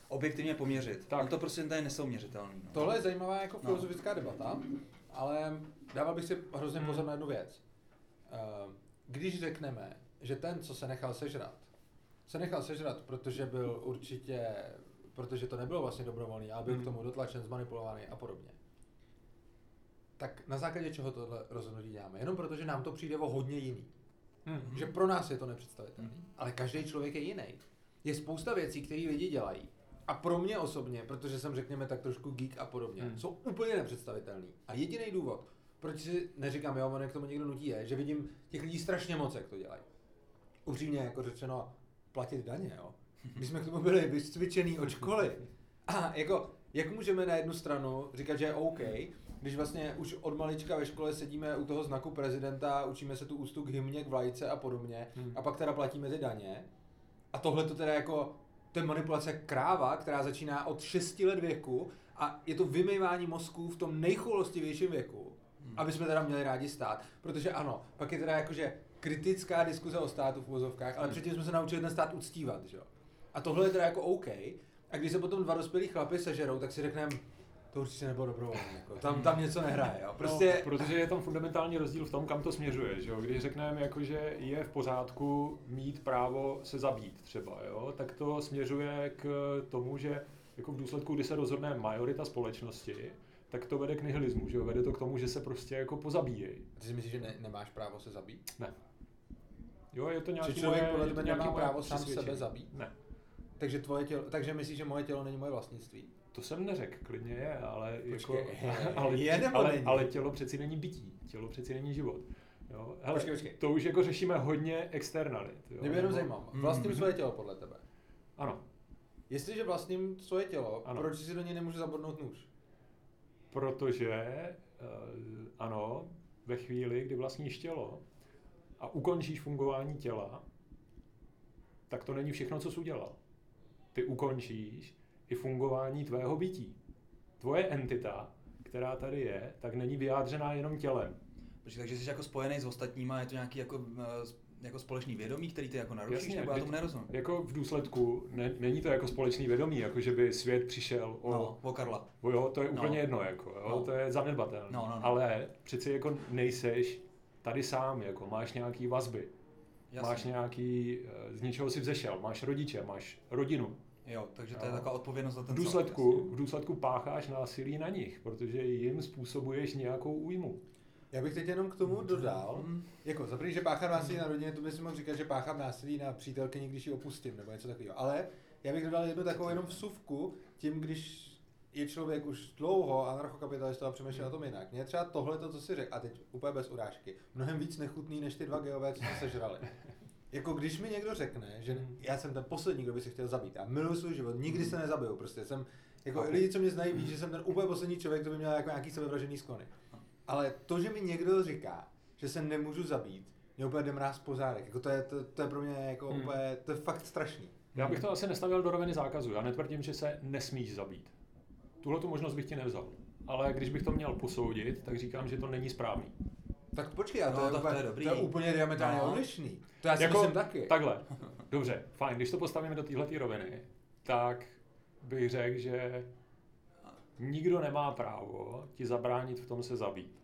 Speaker 2: objektivně poměřit.
Speaker 3: Tak.
Speaker 2: No to prostě tady nesouměřitelný. No.
Speaker 4: Tohle je zajímavá jako
Speaker 2: No.
Speaker 4: filozofická debata, ale dával bych si hrozně
Speaker 3: Hmm.
Speaker 4: pozor na jednu věc. Eh, Když řekneme, že ten, co se nechal sežrat, se nechal sežrat, protože byl určitě, protože to nebylo vlastně dobrovolný, ale byl
Speaker 3: Hmm.
Speaker 4: k tomu dotlačen, zmanipulovaný a podobně. Tak na základě čeho tohle rozhodnutí děláme? Jenom protože nám to přijde o hodně jiný.
Speaker 3: Hmm.
Speaker 4: Že pro nás je to nepředstavitelné.
Speaker 2: Mhm.
Speaker 4: Ale každý člověk je jiný. Je spousta věcí, které lidi dělají. A pro mě osobně, protože jsem řekněme tak trošku geek a podobně,
Speaker 3: Hmm.
Speaker 4: jsou úplně nepředstavitelný. A jediný důvod, proč si neříkám, jo, on k tomu někdo nutí, je, že vidím těch lidí strašně moc, jak to dělají. Upřímně jako řečeno, platit daně, jo. My jsme k tomu byli vycvičený od školy. A jako, jak můžeme na jednu stranu říkat, že je OK, když vlastně už od malička ve škole sedíme u toho znaku prezidenta, učíme se tu úctu k hymně, k vlajce a podobně,
Speaker 3: Hmm.
Speaker 4: a pak teda platíme ty daně. A tohle to teda jako, to je manipulace kráva, která začíná od šesti let věku a je to vymývání mozků v tom nejchoulostivějším věku,
Speaker 2: Hmm.
Speaker 4: aby jsme teda měli rádi stát. Protože ano, pak je teda jakože kritická diskuze o státu v uvozovkách, ale
Speaker 2: Hmm.
Speaker 4: předtím jsme se naučili ten stát uctívat, že jo. A tohle je teda jako OK. A když se potom dva dospělí chlapi sežerou, tak si řekneme, to určitě nebylo dobrovolné, jako. tam, tam něco nehraje, jo. Prostě...
Speaker 3: No, protože je tam fundamentální rozdíl v tom, kam to směřuje. Že jo? Když řekneme, jako, že je v pořádku mít právo se zabít třeba, jo? Tak to směřuje k tomu, že jako v důsledku, kdy se rozhodne majorita společnosti, tak to vede k nihilismu, že jo? Vede to k tomu, že se prostě jako pozabíjejí.
Speaker 4: Ty si myslíš, že ne, nemáš právo se zabít?
Speaker 3: Ne. Jo, je to
Speaker 4: Že
Speaker 3: nějaký
Speaker 4: člověk
Speaker 3: moje,
Speaker 4: podle
Speaker 3: je to
Speaker 4: tebe
Speaker 3: nějaký
Speaker 4: nemá
Speaker 3: moje
Speaker 4: právo sám
Speaker 3: přesvědčení.
Speaker 4: sebe zabít?
Speaker 3: Ne.
Speaker 4: Takže, tvoje tělo, takže myslíš, že moje tělo není moje vlastnictví?
Speaker 3: To jsem neřekl, klidně je, ale,
Speaker 4: Počkej,
Speaker 3: jako, ale,
Speaker 4: je nebo
Speaker 3: ale,
Speaker 4: není?
Speaker 3: ale tělo přeci není bytí, tělo přeci není život. Jo? Hele,
Speaker 4: Počkej, počkej.
Speaker 3: to už jako řešíme hodně externalit. Jo?
Speaker 4: Mě by jenom
Speaker 3: Nebo-
Speaker 4: zajímalo, vlastním
Speaker 2: Mhm.
Speaker 4: svoje tělo podle tebe.
Speaker 3: Ano,
Speaker 4: Jestliže vlastním svoje tělo,
Speaker 3: Ano.
Speaker 4: proč si do něj nemůžu zabodnout nůž?
Speaker 3: protože uh, ano, ve chvíli, kdy vlastníš tělo a ukončíš fungování těla, tak to není všechno, co jsi udělal. Ty ukončíš i fungování tvého bytí. Tvoje entita, která tady je, tak není vyjádřená jenom tělem.
Speaker 2: Protože, takže jsi jako spojený s ostatníma, je to nějaký jako, eh, jako společný vědomí, který ty jako narušíš,
Speaker 3: Jasně,
Speaker 2: nebo já
Speaker 3: teď-
Speaker 2: tomu nerozumím.
Speaker 3: Jako v důsledku, ne, není to jako společný vědomí, jako že by svět přišel o,
Speaker 2: No, o Karla.
Speaker 3: o jo, to je úplně
Speaker 2: No.
Speaker 3: jedno, jako, jo,
Speaker 2: No.
Speaker 3: to je zanedbatelné.
Speaker 2: No, no, no.
Speaker 3: Ale přeci jako nejseš tady sám, jako máš nějaký vazby,
Speaker 2: Jasně.
Speaker 3: máš nějaký, eh, z něčeho si vzešel, máš rodiče, máš rodinu.
Speaker 2: Jo, takže to je
Speaker 3: Jo.
Speaker 2: taková odpovědnost za
Speaker 3: V
Speaker 2: ten
Speaker 3: důsledku,
Speaker 2: celek,
Speaker 3: v důsledku pácháš násilí na nich, protože jim způsobuješ nějakou újmu.
Speaker 4: Já bych teď jenom k tomu dodal,
Speaker 2: Mm.
Speaker 4: jako za první, že páchám násilí na rodině, to by si mohl říkat, že páchám násilí na přítelkyni, když ji opustím, nebo něco takového. Ale já bych dodal jednu takovou jenom vsuvku, tím, když je člověk už dlouho anarchokapitalista a přemýšlel o tom jinak. Mně je třeba tohle, co si řekl, a teď úplně bez urážky, mnohem víc nechutný než ty dva geové, co jsme sežrali. Jako když mi někdo řekne, že já jsem ten poslední, kdo by se chtěl zabít, já miluji svůj život, nikdy se nezabiju, prostě jsem, jako lidi, co mě znají, ví, že jsem ten úplně poslední člověk, kdo by měl jako nějaký sebevražený sklony. Ale to, že mi někdo říká, že se nemůžu zabít, mě úplně jde mráz po zádech. Jako to, je, to, to je pro mě jako
Speaker 3: Hmm.
Speaker 4: úplně, to je fakt strašný.
Speaker 3: Já bych to asi nestavil do roviny zákazu. Já netvrdím, že se nesmíš zabít. Tuhle tu možnost bych ti nevzal. Ale když bych to měl posoudit, tak říkám, že to není správný.
Speaker 4: Tak počkej, a to,
Speaker 2: No,
Speaker 4: je,
Speaker 2: tak to
Speaker 4: úplně,
Speaker 2: je dobrý.
Speaker 4: to je úplně diametrálně
Speaker 2: No.
Speaker 4: odlišný. To já si
Speaker 3: Jako-
Speaker 4: myslím taky.
Speaker 3: Takhle. Dobře, fajn. Když to postavíme do téhleté roviny, tak bych řekl, že nikdo nemá právo ti zabránit v tom se zabít.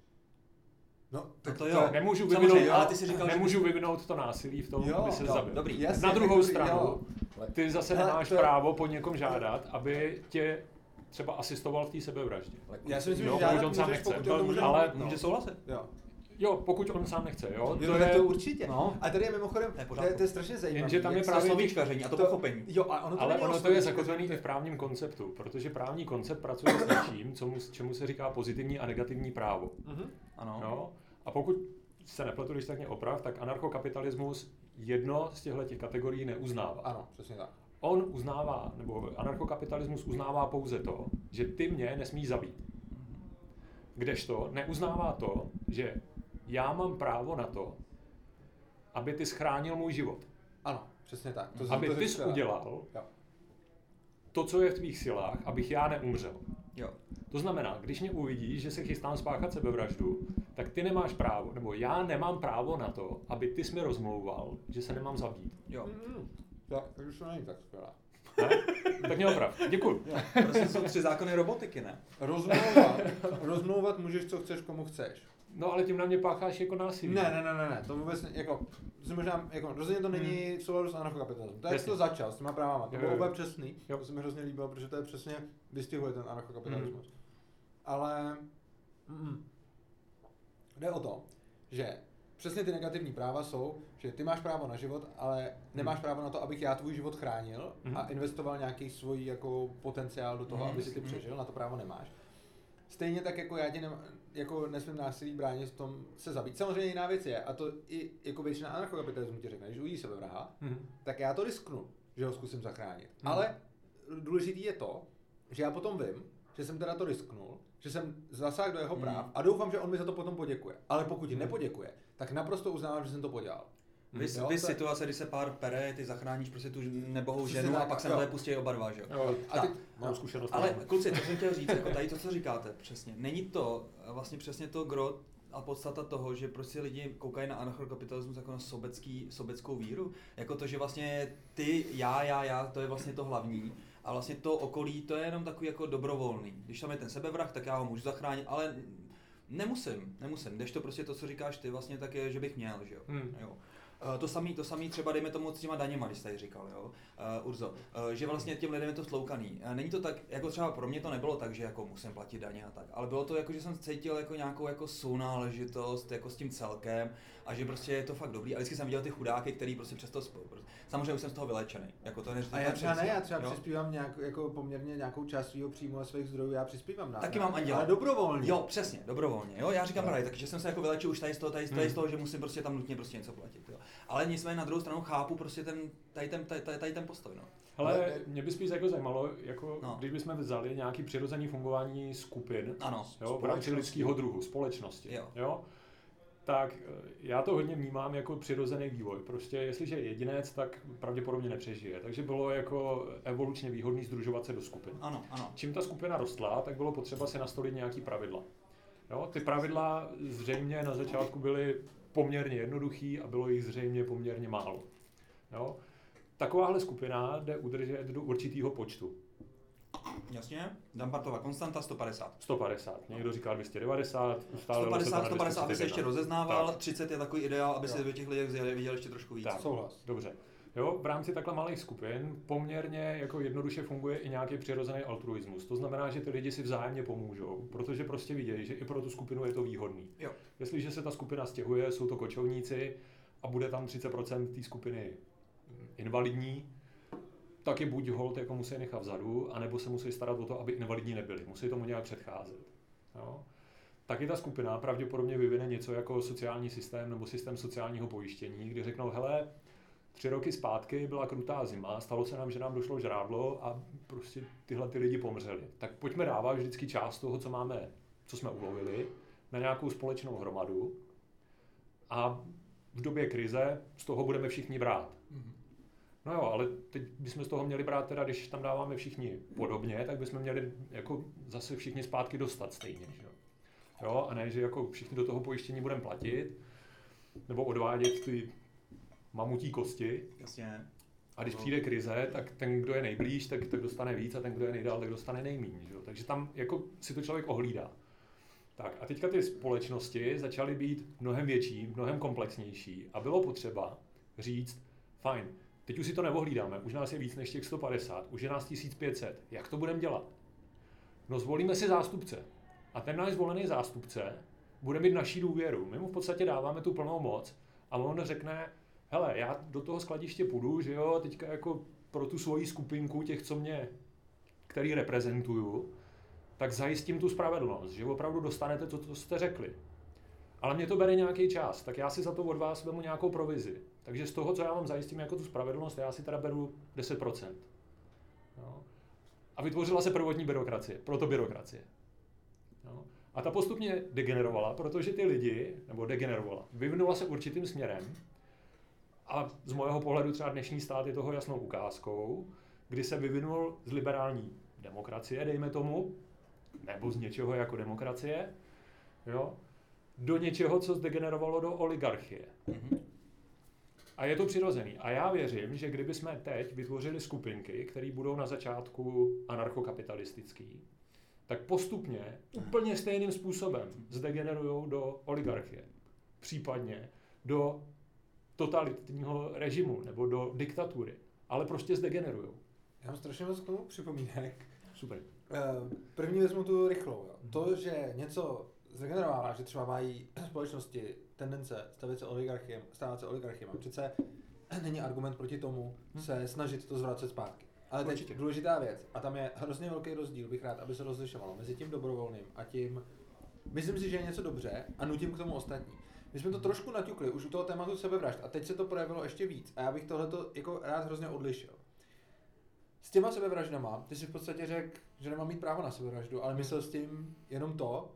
Speaker 4: No, tak
Speaker 2: No to jo.
Speaker 3: Nemůžu
Speaker 2: Samozřejmě,
Speaker 3: vyvinout,
Speaker 2: ale ty jsi říkal, že
Speaker 3: nemůžu vyvinout to násilí v tom,
Speaker 4: Jo,
Speaker 3: aby se
Speaker 2: jo,
Speaker 3: zabil.
Speaker 2: dobrý.
Speaker 4: Jasně,
Speaker 3: Na druhou
Speaker 4: dobrý,
Speaker 3: stranu,
Speaker 4: jo.
Speaker 3: ty zase
Speaker 4: Ale
Speaker 3: nemáš
Speaker 4: to-
Speaker 3: právo po někom žádat, aby tě třeba asistoval v té sebevraždě.
Speaker 4: Já si myslím,
Speaker 3: Jo,
Speaker 4: že
Speaker 3: pokud
Speaker 4: žádat
Speaker 3: on sám
Speaker 4: můžeš,
Speaker 3: nechce.
Speaker 4: pokud on to může.
Speaker 3: Ale-
Speaker 2: No. Může souhlasit.
Speaker 4: Jo.
Speaker 3: Jo, pokud on sám nechce, jo.
Speaker 4: Jo, tak to určitě.
Speaker 2: No.
Speaker 4: A tady je mimochodem,
Speaker 2: To je v
Speaker 4: to je,
Speaker 2: pořádku.
Speaker 4: to je strašně zajímavé.
Speaker 3: Jenže tam je
Speaker 4: jak se-
Speaker 2: To
Speaker 3: právě-
Speaker 2: slovíčkaření a to, pochopení.
Speaker 4: Jo, a ono to
Speaker 3: Ale
Speaker 4: není o
Speaker 3: ono to je
Speaker 4: slovíčkaření.
Speaker 3: zakotvený i v právním konceptu, protože právní koncept pracuje s něčím, čemu, čemu se říká pozitivní a negativní právo.
Speaker 4: Mhm.
Speaker 2: Ano.
Speaker 3: Jo? A pokud se nepletu, když tak mě oprav, tak anarchokapitalismus jedno z těchto těch kategorií neuznává.
Speaker 4: Ano, přesně tak.
Speaker 3: On uznává, nebo anarchokapitalismus uznává pouze to, že ty mě nesmíš zabít. Kdežto neuznává to, že já mám právo na to, aby ty schránil můj život.
Speaker 4: Ano, přesně tak. To,
Speaker 3: Aby
Speaker 4: to
Speaker 3: ty jsi
Speaker 4: říkala.
Speaker 3: udělal
Speaker 4: Jo.
Speaker 3: to, co je v tvých silách, abych já neumřel.
Speaker 2: Jo.
Speaker 3: To znamená, když mě uvidíš, že se chystám spáchat sebevraždu, tak ty nemáš právo, nebo já nemám právo na to, aby ty jsi mi rozmlouval, že se nemám zabít.
Speaker 2: Jo.
Speaker 4: Mm, tak, takže to není tak skvělé.
Speaker 3: Ne? Tak měl pravdu. Děkuju.
Speaker 2: Prostě jsou tři zákony robotiky, ne?
Speaker 4: Rozmlouvat, rozmlouvat můžeš, co chceš, komu chceš.
Speaker 3: No ale tím na mě pácháš jako násilí.
Speaker 4: Ne, ne, ne, ne, ne, to vůbec ne, jako, to možná, jako, rozhodně to není v souladu s anarchokapitalismem. To je, jak jsi to začal, s těma právama, to
Speaker 3: Jo,
Speaker 4: bylo
Speaker 3: jo.
Speaker 4: úplně přesný,
Speaker 3: Jo.
Speaker 4: to se mi hrozně líbilo, protože to je přesně, vystihuje ten anarchokapitalismus. Ale, mm, jde o to, že přesně ty negativní práva jsou, že ty máš právo na život, ale nemáš právo na to, abych já tvůj život chránil
Speaker 3: Mhm.
Speaker 4: a investoval nějaký svůj jako potenciál do toho,
Speaker 2: Mhm.
Speaker 4: aby si ty přežil, na to právo nemáš. Stejně tak jako já tě nem, jako nesmím násilí bránit v tom se zabít. Samozřejmě jiná věc je, a to i jako většina anarchokapitalismu ti řekne, když uvidí sebevraha,
Speaker 3: Mhm.
Speaker 4: tak já to risknu, že ho zkusím zachránit.
Speaker 3: Mhm.
Speaker 4: Ale důležitý je to, že já potom vím, že jsem teda to risknul, že jsem zasáhl do jeho práv
Speaker 2: Mhm.
Speaker 4: a doufám, že on mi za to potom poděkuje. Ale pokud ti nepoděkuje, tak naprosto uznávám, že jsem to podělal.
Speaker 2: Vy,
Speaker 4: Jo,
Speaker 2: vy
Speaker 4: to je-
Speaker 2: situace, kdy se pár pere, ty zachráníš prostě tu nebohou
Speaker 4: Přesně
Speaker 2: ženu a
Speaker 4: tak,
Speaker 2: pak se
Speaker 4: jo.
Speaker 2: na to pustí oba dva, že jo?
Speaker 3: Jo,
Speaker 4: A ty,
Speaker 2: Tak.
Speaker 3: mám zkušenost.
Speaker 2: Ale kluci, co jsem chtěl říct, jako tady to, co říkáte, přesně. Není to vlastně přesně to gro a podstata toho, že prostě lidi koukají na anarchokapitalismus jako na sobecký, sobeckou víru? Jako to, že vlastně ty, já, já, já, to je vlastně to hlavní. A vlastně to okolí, to je jenom takový jako dobrovolný. Když tam je ten sebevrah, tak já ho můžu zachránit, ale nemusím, nemusím. Když to prostě to, co říkáš ty, vlastně tak je, že bych měl, že jo.
Speaker 3: Hmm.
Speaker 2: jo. Uh, To samý, to samý třeba dejme tomu s těma daněma, když jsi tady říkal, jo, uh, Urzo, uh, že vlastně těm lidem je to stloukaný. Uh, není to tak, jako třeba pro mě to nebylo tak, že jako musím platit daně a tak, ale bylo to jako, že jsem cítil jako nějakou jako sounáležitost jako s tím celkem a že prostě je to fakt dobrý. A vždycky jsem viděl ty chudáky, který prostě přesto, prostě, samozřejmě už jsem z toho vylečený, jako to neříkám.
Speaker 4: a já třeba ne, já třeba
Speaker 2: jo?
Speaker 4: přispívám nějak, jako poměrně nějakou část svého příjmu a svých zdrojů, já přispívám na
Speaker 2: Taky
Speaker 4: na-
Speaker 2: mám anděla.
Speaker 4: Ale dobrovolně.
Speaker 2: Jo, přesně, dobrovolně. Jo, já říkám
Speaker 4: Jo.
Speaker 2: právě, takže jsem se jako vylečil už tady z toho, tady, tady z
Speaker 3: Hmm.
Speaker 2: toho, že musím prostě tam nutně prostě něco platit. Jo. Ale nicméně na druhou stranu chápu prostě ten, tady ten, tady, tady, tady ten postoj. No.
Speaker 3: Ale mě by spíš jako zajímalo, jako
Speaker 2: No.
Speaker 3: když bychom vzali nějaký přirozený fungování skupin,
Speaker 2: Ano.
Speaker 3: jo, v rámci lidského druhu, společnosti,
Speaker 2: Jo.
Speaker 3: jo, tak eh, já to hodně vnímám jako přirozený vývoj. Prostě jestliže je jedinec, tak pravděpodobně nepřežije. Takže bylo jako evolučně výhodný sdružovat se do skupin.
Speaker 2: Ano, ano.
Speaker 3: Čím ta skupina rostla, tak bylo potřeba si nastolit nějaký pravidla. Jo, ty pravidla zřejmě na začátku byly poměrně jednoduchý a bylo jich zřejmě poměrně málo. Jo. Takováhle skupina jde udržet do určitého počtu.
Speaker 2: Jasně. Dampartova konstanta sto padesát.
Speaker 3: sto padesát, někdo říká dvě stě devadesát, ustálilo
Speaker 2: sto padesát,
Speaker 3: se to na
Speaker 2: sto padesát, aby se ještě
Speaker 3: dvě stě třicet jedna.
Speaker 2: rozeznával,
Speaker 3: Tak.
Speaker 2: třicet je takový ideál, aby se
Speaker 4: Jo.
Speaker 2: do těch lidí viděl ještě trošku víc.
Speaker 3: Tak.
Speaker 4: Souhlas.
Speaker 3: Dobře. Jo, v rámci takhle malých skupin poměrně jako jednoduše funguje i nějaký přirozený altruismus. To znamená, že ty lidi si vzájemně pomůžou, protože prostě vidějí, že i pro tu skupinu je to výhodný.
Speaker 2: Jo.
Speaker 3: Jestliže se ta skupina stěhuje, jsou to kočovníci a bude tam třicet procent té skupiny invalidní, tak je buď hold jako musí nechat vzadu, anebo se musí starat o to, aby invalidní nebyli. Musí tomu nějak předcházet. Jo? Taky ta skupina pravděpodobně vyvine něco jako sociální systém nebo systém sociálního pojištění, kdy řeknou, hele, tři roky zpátky byla krutá zima, stalo se nám, že nám došlo žrádlo a prostě tyhle ty lidi pomřeli. Tak pojďme dávat vždycky část toho, co máme, co jsme ulovili, na nějakou společnou hromadu a v době krize z toho budeme všichni brát. No jo, ale teď bychom z toho měli brát teda, když tam dáváme všichni podobně, tak bychom měli jako zase všichni zpátky dostat stejně, že jo. Jo, a ne, že jako všichni do toho pojištění budeme platit, nebo odvádět ty mamutí kosti.
Speaker 2: Jasně.
Speaker 3: A když přijde krize, tak ten, kdo je nejblíž, tak, tak dostane víc a ten, kdo je nejdál, tak dostane nejméně. Že jo? Takže tam jako si to člověk ohlídá. Tak a teďka ty společnosti začaly být mnohem větší, mnohem komplexnější a bylo potřeba říct, fajn, teď už si to neohlídáme, už nás je víc než těch sto padesát, už je nás tisíc pět set, jak to budeme dělat? No zvolíme si zástupce a ten náš zvolený zástupce bude mít naší důvěru. My mu v podstatě dáváme tu plnou moc a on řekne, hele, já do toho skladiště půjdu, že jo, teďka jako pro tu svoji skupinku těch, co mě, který reprezentuju, tak zajistím tu spravedlnost, že opravdu dostanete to, co jste řekli. Ale mě to bere nějaký čas, tak já si za to od vás vemu nějakou provizi. Takže z toho, co já vám zajistím jako tu spravedlnost, já si teda beru deset procent. No. A vytvořila se prvotní byrokracie, proto byrokracie. No. A ta postupně degenerovala, protože ty lidi, nebo degenerovala, vyvinula se určitým směrem. A z mého pohledu třeba dnešní stát je toho jasnou ukázkou, kdy se vyvinul z liberální demokracie, dejme tomu, nebo z něčeho jako demokracie, jo, do něčeho, co zdegenerovalo do oligarchie.
Speaker 2: Mhm.
Speaker 3: A je to přirozený. A já věřím, že kdyby jsme teď vytvořili skupinky, které budou na začátku anarchokapitalistický, tak postupně úplně stejným způsobem zdegenerujou do oligarchie. Případně do totalitního režimu nebo do diktatury. Ale prostě zdegenerujou.
Speaker 4: Já mám strašně moc k tomu připomínek.
Speaker 3: Super.
Speaker 4: První vezmu tu rychlou. Jo. To, že něco zdegenerovává, že třeba mají společnosti tendence stavit se oligarchiem, stávat se oligarchiem, přece není argument proti tomu se snažit to zvracet zpátky. Ale teď
Speaker 3: Určitě.
Speaker 4: důležitá věc, a tam je hrozně velký rozdíl, bych rád, aby se rozlišovalo mezi tím dobrovolným a tím, myslím si, že je něco dobře a nutím k tomu ostatní. My jsme to trošku naťukli už u toho tématu sebevražd a teď se to projevilo ještě víc a já bych tohleto jako rád hrozně odlišil. S těma sebevraždama, ty si v podstatě řekl, že nemám mít právo na sebevraždu, ale myslel s tím jenom to,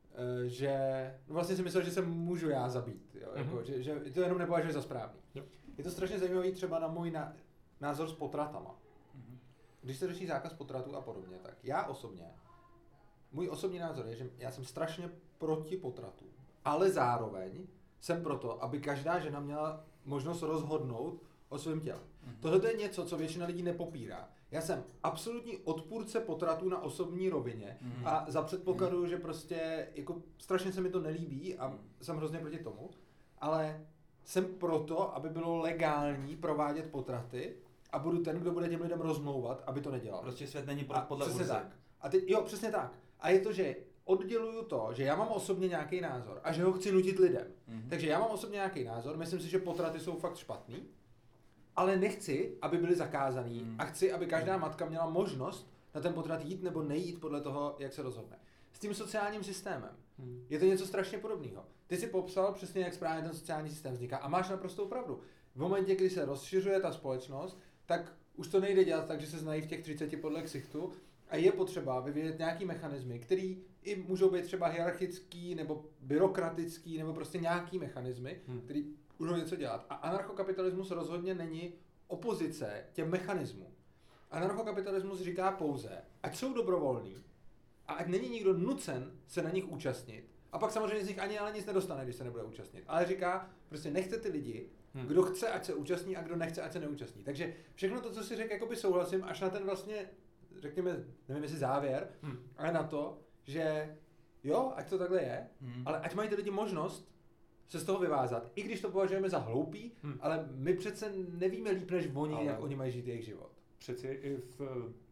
Speaker 4: že no vlastně si myslel, že se můžu já zabít, jo? Jako, mm-hmm. že, že to jenom nepovažuje za správný. Jo. Je to strašně zajímavý třeba na můj na, názor s potratama. Mm-hmm. Když se řeší zákaz potratů a podobně, tak já osobně, můj osobní názor je, že já jsem strašně proti potratu, ale zároveň jsem proto, aby každá žena měla možnost rozhodnout o svém těle. Mm-hmm. Tohle je něco, co většina lidí nepopírá. Já jsem absolutní odpůrce potratů na osobní rovině mm. a za předpokladu, mm. že prostě jako strašně se mi to nelíbí a jsem hrozně proti tomu, ale jsem proto, aby bylo legální provádět potraty a budu ten, kdo bude těm lidem rozmlouvat, aby to nedělal.
Speaker 2: Prostě svět není
Speaker 4: a
Speaker 2: podle
Speaker 4: přesně
Speaker 2: burzy.
Speaker 4: tak. A ty, jo, přesně tak. A je to, že odděluju to, že já mám osobně nějaký názor a že ho chci nutit lidem. Mm. Takže já mám osobně nějaký názor, myslím si, že potraty jsou fakt špatný, ale nechci, aby byly zakázaný hmm. a chci, aby každá matka měla možnost na ten potrat jít nebo nejít podle toho, jak se rozhodne. S tím sociálním systémem hmm. je to něco strašně podobného. Ty si popsal přesně, jak správně ten sociální systém vzniká a máš naprostou pravdu. V momentě, kdy se rozšiřuje ta společnost, tak už to nejde dělat tak, že se znají v těch třiceti podle ksichtu a je potřeba vyvíjet nějaký mechanismy, který i můžou být třeba hierarchický nebo byrokratický nebo prostě nějaký mechanismy, hmm. který budou něco dělat. A anarchokapitalismus rozhodně není opozice těm mechanismům. Anarchokapitalismus říká pouze, ať jsou dobrovolní a ať není nikdo nucen se na nich účastnit. A pak samozřejmě z nich ani ale nic nedostane, když se nebude účastnit. Ale říká, prostě nechte ty lidi, hmm. kdo chce, ať se účastní a kdo nechce, ať se neúčastní. Takže všechno to, co si řekl, jakoby souhlasím, až na ten vlastně, řekněme, nevím jestli závěr, hmm. ale na to, že jo, ať to takhle je, hmm. ale ať mají ty lidi možnost se z toho vyvázat, i když to považujeme za hloupý, hmm. ale my přece nevíme líp než oni, ale jak oni mají žít jejich život.
Speaker 3: Přeci i v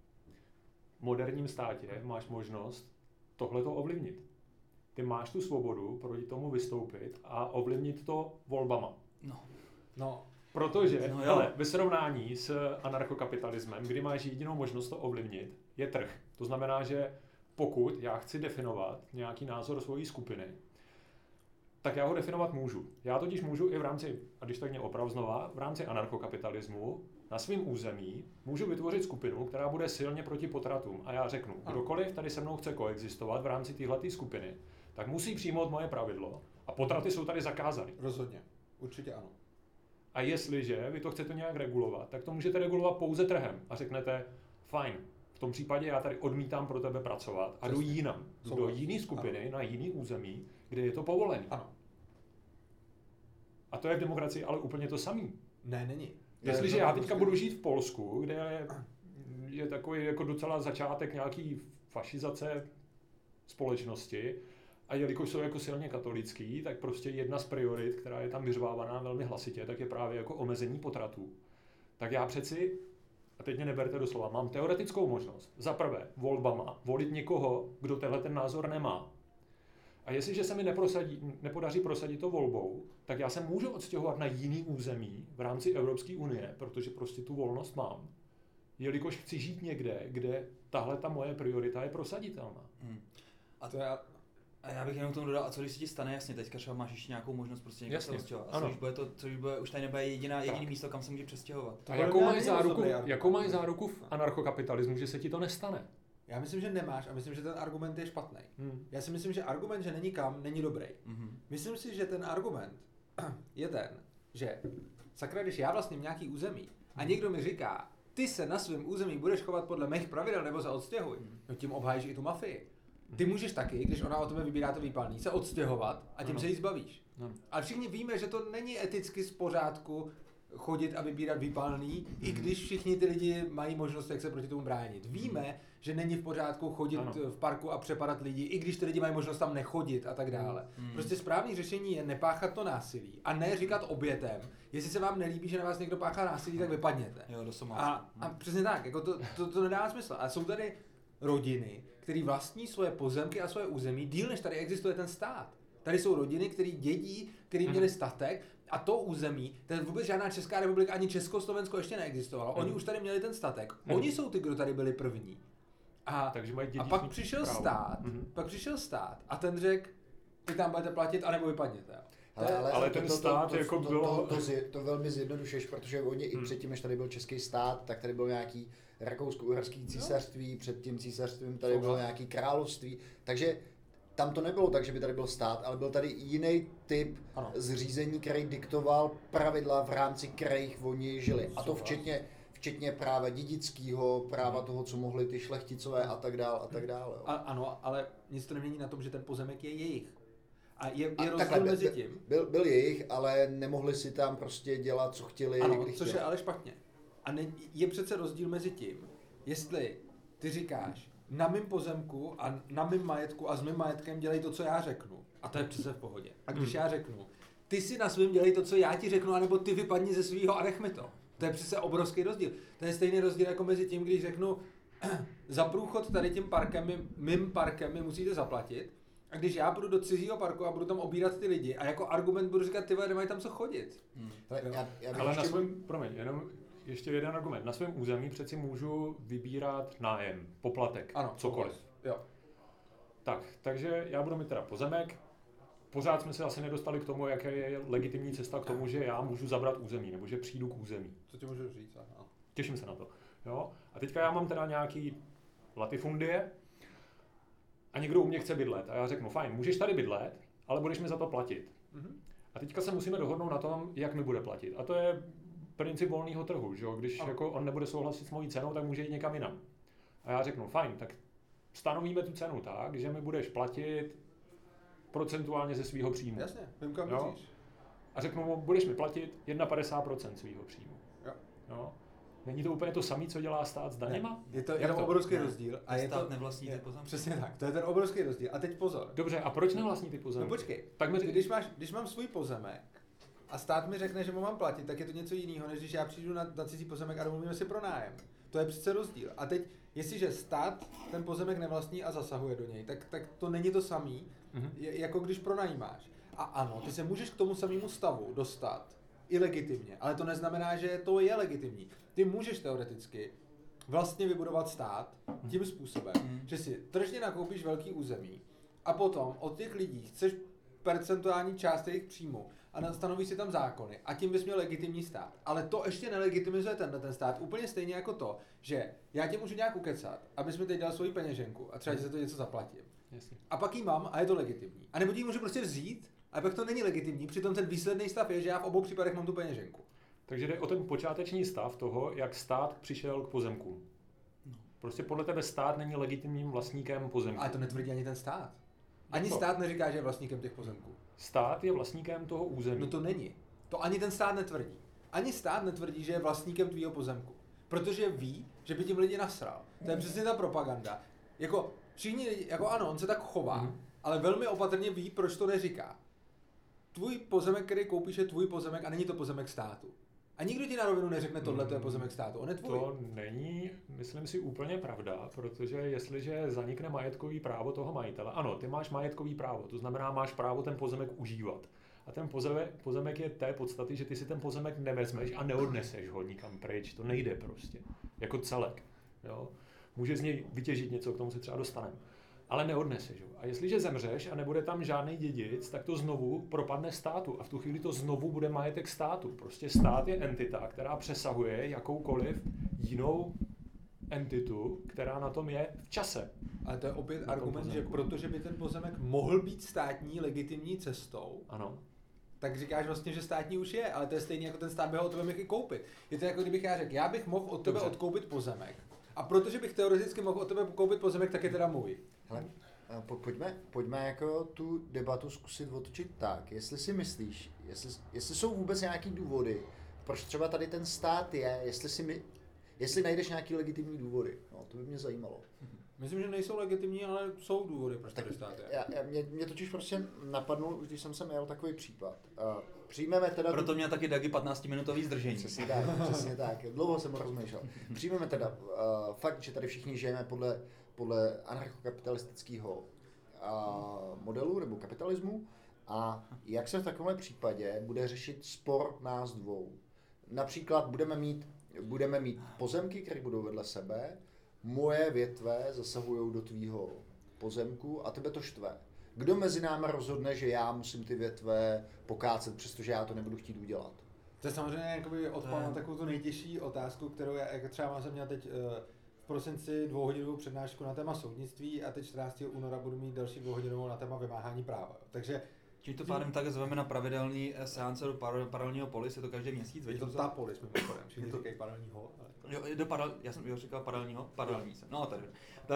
Speaker 3: moderním státě máš možnost tohleto ovlivnit. Ty máš tu svobodu proti tomu vystoupit a ovlivnit to volbama.
Speaker 2: No.
Speaker 3: No. Protože, no hele, ve srovnání s anarchokapitalismem, kdy máš jedinou možnost to ovlivnit, je trh. To znamená, že pokud já chci definovat nějaký názor svojí skupiny, tak já ho definovat můžu. Já totiž můžu i v rámci, a když tak mě oprav znova, v rámci anarchokapitalismu na svém území můžu vytvořit skupinu, která bude silně proti potratům. A já řeknu, kdokoliv tady se mnou chce koexistovat v rámci téhleté skupiny, tak musí přijmout moje pravidlo a potraty jsou tady zakázány.
Speaker 4: Rozhodně. Určitě ano.
Speaker 3: A jestliže vy to chcete nějak regulovat, tak to můžete regulovat pouze trhem. A řeknete, fajn, v tom případě já tady odmítám pro tebe pracovat a jdu jinam. Jdu do jiné skupiny, ano. na jiný území, kde je to povolené.
Speaker 4: Ano.
Speaker 3: A to je v demokracii ale úplně to samý.
Speaker 4: Ne, není.
Speaker 3: Jestliže já teďka budu žít v Polsku, kde je, je takový jako docela začátek nějaký fašizace společnosti a jelikož jsou jako silně katolický, tak prostě jedna z priorit, která je tam vyřvávaná velmi hlasitě, tak je právě jako omezení potratů. Tak já přeci, a teď mě neberte doslova, mám teoretickou možnost, za prvé volbama, volit někoho, kdo tenhle ten názor nemá. A jestliže se mi neprosadí, nepodaří prosadit to volbou, tak já se můžu odstěhovat na jiný území v rámci Evropské unie, protože prostě tu volnost mám. Jelikož chci žít někde, kde tahle ta moje priorita je prosaditelná.
Speaker 2: Hmm. A to já, a já bych jenom k tomu dodal, a co když se ti stane, jasně, teďka třeba máš ještě nějakou možnost prostě někde se odstěhovat. A co když bude to, co když bude, už tady nebude jediná, jediný tak. místo, kam se může přestěhovat.
Speaker 3: A jakou máš záruku, jakou máš záruku v anarchokapitalismu, že se ti to nestane?
Speaker 4: Já myslím, že nemáš a myslím, že ten argument je špatný. Hmm. Já si myslím, že argument, že není kam, není dobrý. Hmm. Myslím si, že ten argument je ten, že sakra, když já vlastním nějaký území a někdo mi říká, ty se na svém území budeš chovat podle mých pravidel nebo se odstěhuj, hmm. no tím obhájíš i tu mafii. Ty můžeš taky, když ona o tebe vybírá to výpalný, se odstěhovat a tím no. se jí zbavíš. No. Ale všichni víme, že to není eticky z pořádku chodit a vybírat výpalný, mm. i když všichni ty lidi mají možnost, jak se proti tomu bránit. Víme, že není v pořádku chodit ano. v parku a přepadat lidi, i když ty lidi mají možnost tam nechodit a tak dále. Mm. Prostě správný řešení je nepáchat to násilí a ne říkat obětem, jestli se vám nelíbí, že na vás někdo páchá násilí, tak vypadněte.
Speaker 2: Jo,
Speaker 4: a, a přesně tak, jako to, to, to nedá smysl. A jsou tady rodiny, které vlastní svoje pozemky a svoje území díl, než tady existuje ten stát. Tady jsou rodiny, které dědí, který měli statek a to území, tady vůbec žádná Česká republika ani Československo ještě neexistovalo. Oni už tady měli ten statek. Oni jsou ty, kdo tady byli první. A,
Speaker 3: Takže mají
Speaker 4: a pak přišel
Speaker 3: právo.
Speaker 4: stát,
Speaker 3: mm-hmm.
Speaker 4: pak přišel stát a ten řekl, vy tam budete platit, anebo vypadněte.
Speaker 1: Ale, ale,
Speaker 3: ale ten
Speaker 1: to,
Speaker 3: stát
Speaker 1: to, to,
Speaker 3: jako
Speaker 1: to,
Speaker 3: bylo...
Speaker 1: To, to, to, to, to velmi zjednodušuješ, protože oni
Speaker 3: hmm.
Speaker 1: i předtím, než tady byl český stát, tak tady byl nějaký rakousko-uherský císařství, no. před tím císařstvím tady bylo nějaký království, takže tam to nebylo tak, že by tady byl stát, ale byl tady jiný typ ano. zřízení, který diktoval pravidla, v rámci kterých oni žili. A to včetně, včetně práva dědického, práva toho, co mohli ty šlechticové a tak dál a tak dále.
Speaker 4: A, ano, ale nic to nemění na tom, že ten pozemek je jejich. A je, je
Speaker 1: a
Speaker 4: rozdíl
Speaker 1: takhle,
Speaker 4: mezi tím.
Speaker 1: Byl, byl jejich, ale nemohli si tam prostě dělat, co chtěli,
Speaker 4: ano,
Speaker 1: kdy
Speaker 4: což
Speaker 1: chtěli.
Speaker 4: je ale špatně. A ne, je přece rozdíl mezi tím, jestli ty říkáš, na mým pozemku a na mým majetku a s mým majetkem dělej to, co já řeknu. A to je přece v pohodě. A když já řeknu, ty si na svým dělej to, co já ti řeknu, anebo ty vypadni ze svýho a nech mi to. To je přece obrovský rozdíl. To je stejný rozdíl jako mezi tím, když řeknu, za průchod tady tím parkem, mým, mým parkem mi musíte zaplatit. A když já půjdu do cizího parku a budu tam obírat ty lidi a jako argument budu říkat, ty vole, nemají tam co chodit.
Speaker 2: Hmm.
Speaker 1: Já, já
Speaker 3: Ale ještě... na svém, promiň, jenom ještě jeden argument. Na svém území přeci můžu vybírat nájem, poplatek,
Speaker 4: ano,
Speaker 3: cokoliv.
Speaker 4: Jo.
Speaker 3: Tak, takže já budu mít teda pozemek. Pořád jsme se asi nedostali k tomu, jaká je legitimní cesta k tomu, že já můžu zabrat území, nebo že přijdu k území.
Speaker 4: Co ti můžu říct? Aha.
Speaker 3: Těším se na to. Jo? A teďka já mám teda nějaký latifundie a někdo u mě chce bydlet. A já řeknu, fajn, můžeš tady bydlet, ale budeš mi za to platit. Mm-hmm. A teďka se musíme dohodnout na tom, jak mi bude platit. A to je princip volného trhu, že jo? Když jako on nebude souhlasit s mojí cenou, tak může jít někam jinam. A já řeknu, fajn, tak stanovíme tu cenu tak, že mi budeš platit procentuálně ze svého příjmu.
Speaker 4: Jasně, vím, kam
Speaker 3: jo? A řeknu mu, budeš mi platit padesát jedna procent svého příjmu.
Speaker 4: Jo.
Speaker 3: Jo? Není to úplně to samé, co dělá stát s daněma?
Speaker 4: Je to, je to obrovský
Speaker 2: ne.
Speaker 4: rozdíl. A je
Speaker 2: stát
Speaker 4: to,
Speaker 2: nevlastní ty pozemky.
Speaker 4: Přesně tak, to je ten obrovský rozdíl. A teď pozor.
Speaker 3: Dobře, a proč nevlastní ty pozemky?
Speaker 4: No počkej,
Speaker 3: tak mi...
Speaker 4: když, máš, když mám svůj pozemek a stát mi řekne, že mu mám platit, tak je to něco jiného, než když já přijdu na, na cizí pozemek a domluvíme si pro nájem. To je přece rozdíl. A teď, jestliže stát ten pozemek nevlastní a zasahuje do něj, tak, tak to není to samý, mm-hmm. jako když pronajímáš. A ano, ty se můžeš k tomu samému stavu dostat i legitimně, ale to neznamená, že to je legitimní. Ty můžeš teoreticky vlastně vybudovat stát tím způsobem, mm. že si tržně nakoupíš velký území a potom od těch lidí chceš percentuální část jejich příjmu a stanovíš si tam zákony a tím bys měl legitimní stát. Ale to ještě nelegitimizuje ten, ten stát úplně stejně jako to, že já tě můžu nějak ukecat, abys mi teď dal svoji peněženku a třeba ti za to něco zaplatím.
Speaker 3: Jasně.
Speaker 4: A pak jí mám a je to legitimní. A nebo ti ji můžu prostě vzít a pak to není legitimní, přitom ten výsledný stav je, že já v obou případech mám tu peněženku.
Speaker 3: Takže jde o ten počáteční stav toho, jak stát přišel k pozemku. Prostě podle tebe stát není legitimním vlastníkem pozemku.
Speaker 4: Ale to netvrdí ani ten stát. Ani
Speaker 3: to.
Speaker 4: Stát neříká, že je vlastníkem těch pozemků.
Speaker 3: Stát je vlastníkem toho území.
Speaker 4: No to není. To ani ten stát netvrdí. Ani stát netvrdí, že je vlastníkem tvýho pozemku. Protože ví, že by tím lidi nasral. To je přesně ta propaganda. Jako všichni lidi, jako ano, on se tak chová, mm. ale velmi opatrně ví, proč to neříká. Tvůj pozemek, který koupíš, je tvůj pozemek a není to pozemek státu. A nikdo ti na rovinu neřekne, tohle to je pozemek státu, on je tvůj.
Speaker 3: To není, myslím si, úplně pravda, protože jestliže zanikne majetkový právo toho majitele, ano, ty máš majetkový právo, to znamená, máš právo ten pozemek užívat. A ten pozemek, pozemek je té podstaty, že ty si ten pozemek nevezmeš a neodneseš ho nikam pryč, to nejde prostě, jako celek. Jo? Můžeš z něj vytěžit něco, k tomu se třeba dostaneme. Ale neodneseš ho. A jestliže zemřeš a nebude tam žádný dědic, tak to znovu propadne státu. A v tu chvíli to znovu bude majetek státu. Prostě stát je entita, která přesahuje jakoukoliv jinou entitu, která na tom je v čase.
Speaker 4: Ale to je opět argument, že protože by ten pozemek mohl být státní legitimní cestou,
Speaker 3: ano.
Speaker 4: Tak říkáš vlastně, že státní už je, ale to je stejně jako ten stát by ho od tebe mohl i koupit. Je to jako kdybych já řekl, já bych mohl od tebe Dobře. odkoupit pozemek. A protože bych teoreticky mohl od tebe koupit pozemek, tak je teda můj.
Speaker 1: Hele, po, pojďme, pojďme jako tu debatu zkusit otočit tak, jestli si myslíš, jestli, jestli jsou vůbec nějaký důvody, proč třeba tady ten stát je, jestli si mi, jestli najdeš nějaký legitimní důvody, no, to by mě zajímalo.
Speaker 4: Myslím, že nejsou legitimní, ale jsou důvody, proč tady stát je.
Speaker 1: Já, já, mě, mě totiž prostě napadnul, když jsem sem jel takový případ. Uh, přijmeme teda...
Speaker 2: Proto měl taky Dagi patnáctiminutový zdržení.
Speaker 1: Přesně tak, přesně tak. Dlouho jsem rozmýšlel. Přijmeme teda uh, fakt, že tady všichni žijeme podle, podle anarchokapitalistického uh, modelu nebo kapitalismu a jak se v takovém případě bude řešit spor nás dvou. Například budeme mít, budeme mít pozemky, které budou vedle sebe, moje větve zasahují do tvýho pozemku a tebe to štve. Kdo mezi námi rozhodne, že já musím ty větve pokácet, přestože já to nebudu chtít udělat?
Speaker 4: To je samozřejmě jakoby odpověď na takovou tu nejtěžší otázku, kterou já, jako třeba jsem měl teď uh, v prosinci dvouhodinovou přednášku na téma soudnictví a teď čtrnáctého února budu mít další dvouhodinovou na téma vymáhání práva. Takže
Speaker 2: Tím to pádem tak zveme na pravidelný seance do paralelního polis, je to každý měsíc.
Speaker 4: je to ta polis, mimochodem, všichni říkají paralelního. Ale...
Speaker 2: Jo, do paralel, já jsem jo, říkal paralelního, paralelní jsem, no tady,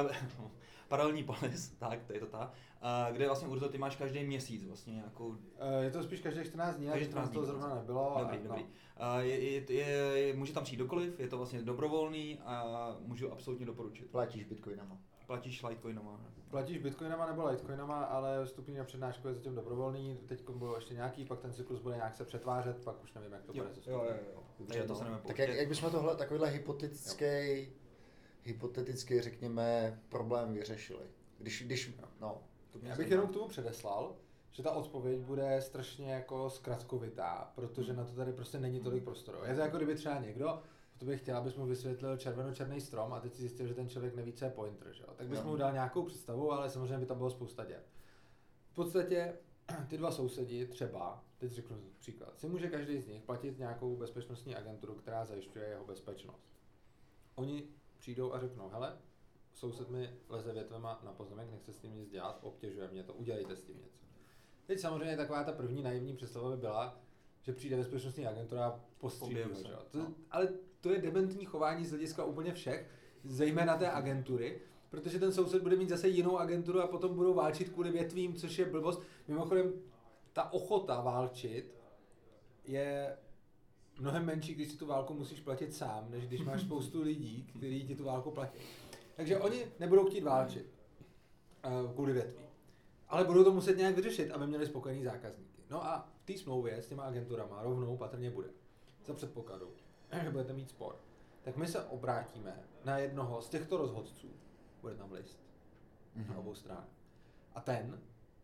Speaker 2: paralelní polis, tak, to je to ta, uh, kde vlastně Urzo, ty máš každý měsíc vlastně nějakou... Uh,
Speaker 4: je to spíš každých čtrnáct dní, ale to
Speaker 2: dní,
Speaker 4: zrovna nebylo.
Speaker 2: Dobrý,
Speaker 4: a,
Speaker 2: dobrý.
Speaker 4: No.
Speaker 2: Uh, je, je, je, je, může tam přijít dokoliv, je to vlastně dobrovolný a můžu absolutně doporučit.
Speaker 1: Platíš bitcoinama.
Speaker 2: Platíš litecoinama.
Speaker 4: Platíš bitcoinama nebo litecoinama, ale vstupní na přednášku je zatím dobrovolný, teď budou ještě nějaký, pak ten cyklus bude nějak se přetvářet, pak už nevím, jak to
Speaker 2: jo,
Speaker 4: bude.
Speaker 2: Jo, jo, jo. Takže to se nevím,
Speaker 1: tak jak, jak bychom tohle, takovýhle hypotetický, hypotetický, řekněme, problém vyřešili? Když, když, no.
Speaker 4: Já bych jenom k tomu předeslal, že ta odpověď bude strašně jako zkratkovitá, protože na to tady prostě není tolik prostoru. Je to jako kdyby třeba někdo, to bych chtěl, abys mu vysvětlil červeno-černý strom a teď si zjistil, že ten člověk neví, co je pointer, že jo? Tak bys no. mu dal nějakou představu, ale samozřejmě by tam bylo spousta děl. V podstatě ty dva sousedi třeba, teď řeknu příklad, si může každý z nich platit nějakou bezpečnostní agenturu, která zajišťuje jeho bezpečnost. Oni přijdou a řeknou, hele, soused mi leze větvema na pozemek, nechce s tím nic dělat, obtěžuje mě to, udělejte s tím něco. Teď samozřejmě taková ta první naivní představa by byla, že přijde bezpečnostní agentura a postřílí ho, že? To, ale to je dementní chování z hlediska úplně všech, zejména té agentury, protože ten soused bude mít zase jinou agenturu a potom budou válčit kvůli větvím, což je blbost. Mimochodem, ta ochota válčit je mnohem menší, když si tu válku musíš platit sám, než když máš spoustu lidí, kteří ti tu válku platí. Takže oni nebudou chtít válčit uh, kvůli větví, ale budou to muset nějak vyřešit, aby měli spokojený zákazníky. No a v té smlouvě s těma agenturama rovnou patrně bude. Za předpokladu, že budete mít spor. Tak my se obrátíme na jednoho z těchto rozhodců. Bude tam list mm-hmm. na obou stranách. A ten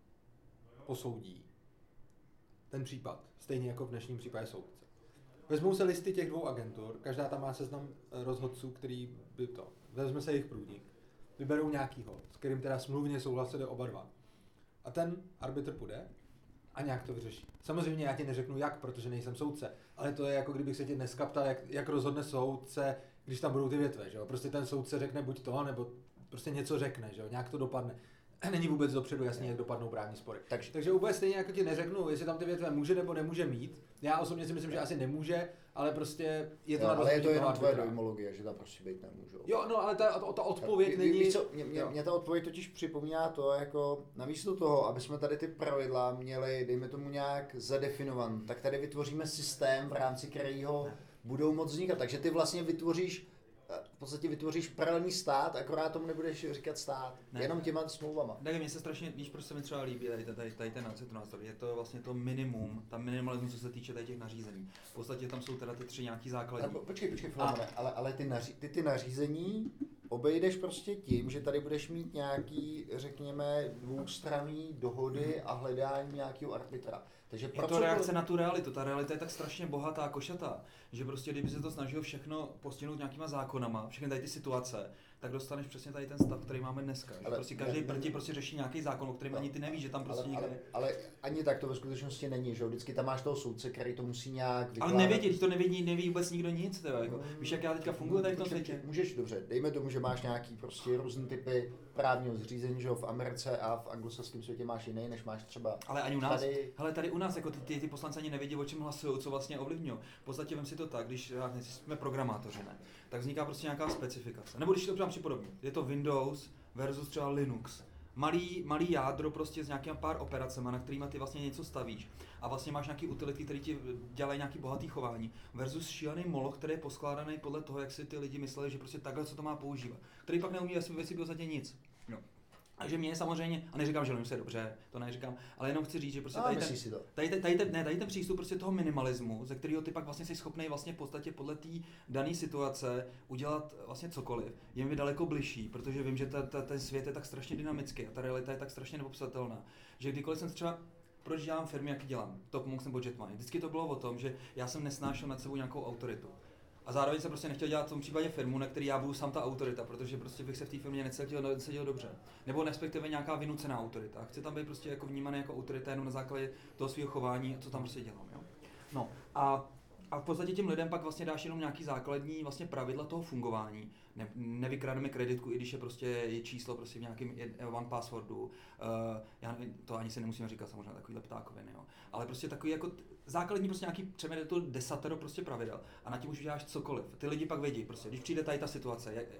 Speaker 4: posoudí ten případ, stejně jako v dnešním případě soudce. Vezmou se listy těch dvou agentur, každá tam má seznam rozhodců, který by to. Vezme se jejich průnik, vyberou nějakýho, s kterým teda smluvně souhlasili oba dva. A ten arbitr půjde a nějak to vyřeší. Samozřejmě já ti neřeknu jak, protože nejsem soudce, ale to je jako kdybych se tě dneska ptal, jak, jak rozhodne soudce, když tam budou ty větve, že jo? Prostě ten soudce řekne buď to, nebo prostě něco řekne, že jo? Nějak to dopadne. Není vůbec dopředu jasný, jak dopadnou právní spory. Takže, Takže úplně stejně jako ti neřeknu, jestli tam ty větve může nebo nemůže mít. Já osobně si myslím, že asi nemůže, ale prostě je to
Speaker 1: jo,
Speaker 2: na
Speaker 1: ale je to jenom tvoje dojmologie, že tam prostě být nemůžou.
Speaker 4: Jo, no ale ta, ta odpověď
Speaker 1: já,
Speaker 4: není...
Speaker 1: Víš co, mě, mě, mě ta odpověď totiž připomíná to, jako namísto toho, aby jsme tady ty pravidla měli, dejme tomu nějak zadefinovaný, tak tady vytvoříme systém, v rámci kterého budou moc vznikat. Takže ty vlastně vytvoříš v podstatě vytvoříš paralelní stát, akorát tomu nebudeš říkat stát, ne, jenom těma smlouvama.
Speaker 2: Tak mně se strašně, víš, proč se mi třeba líbí tady, tady, tady ten nástroj, je to vlastně to minimum, ta minimalismus, co se týče tady těch nařízení. V podstatě tam jsou teda ty tři nějaký základní.
Speaker 1: Po, počkej, počkej, Filemone, ale, ale ty, naří, ty, ty nařízení obejdeš prostě tím, že tady budeš mít nějaký, řekněme, dvoustranný dohody a hledání nějakého arbitra. Takže
Speaker 2: je to reakce na tu realitu, ta realita je tak strašně bohatá a košatá, že prostě kdyby se to snažil všechno postihnout nějakýma zákonama, všechny tady ty situace, tak dostaneš přesně tady ten stav, který máme dneska. Že ale prostě každý proti prostě řeší nějaký zákon, o kterém ani ty nevíš, že tam prostě
Speaker 1: ale,
Speaker 2: nikde...
Speaker 1: Ale, ale ani tak to ve skutečnosti není, že jo? Vždycky tam máš toho soudce, který to musí nějak vykládat.
Speaker 2: Ale nevědí, když to nevědí, neví vůbec nikdo nic, teda, jako. Víš, jak já teďka funguji tady v tom světě?
Speaker 1: Můžeš, dobře, dejme tomu, že máš nějaký prostě různý typy právního zřízení, že jo? V Americe a v anglosaském světě máš jiný, než máš třeba
Speaker 2: ale ani u nás,
Speaker 1: tady.
Speaker 2: Hele, tady u nás, jako ty, ty, ty poslanci ani nevědí, o čem hlasují, co vlastně ovlivňují. V podstatě vem si to tak, když jsme programátoři, ne? Tak vzniká prostě nějaká specifikace. Nebo když to třeba připodobně, je to Windows versus třeba Linux. malý, malý jádro prostě s nějakým pár operacemi, na kterými ty vlastně něco stavíš a vlastně máš nějaký utility, které ti dělají nějaký bohatý chování versus šílený moloch, který je poskládaný podle toho, jak si ty lidi mysleli, že prostě takhle co to má používat, který pak neumí ve věci podstatě nic. No. Takže mě samozřejmě, a neříkám, že se dobře, to neříkám, ale jenom chci říct, že prostě tady ten, tady, ten, tady, ten, ne, tady ten přístup prostě toho minimalismu, ze kterého ty pak vlastně jsi schopný vlastně v podstatě podle té dané situace udělat vlastně cokoliv, je mi daleko bližší, protože vím, že ta, ta, ten svět je tak strašně dynamický a ta realita je tak strašně nepopsatelná, že kdykoliv jsem třeba proč dělám firmy, jaký dělám, Top Monks nebo Jetmoney, vždycky to bylo o tom, že já jsem nesnášel nad sebou nějakou autoritu. A zároveň jsem prostě nechtěl dělat v tom případě firmu, na který já budu sám ta autorita, protože prostě bych se v té firmě necítil, necítil dobře. Nebo respektive nějaká vynucená autorita. Chci tam být prostě jako vnímaný jako autorita jenom na základě toho svého chování, co tam prostě dělám. Jo? No a, a v podstatě těm lidem pak vlastně dáš jenom nějaký základní vlastně pravidla toho fungování. Ne, nevykrademe kreditku, i když je prostě je číslo prostě v nějakém one passwordu. Uh, já nevím, to ani se nemusíme říkat samozřejmě takovýhle ptákoviny, jo. Ale prostě takový jako t- základní prostě nějaký přeměr to desatero prostě pravidel a na tím už uděláš cokoliv. Ty lidi pak vědí prostě, když přijde tady ta situace, jak,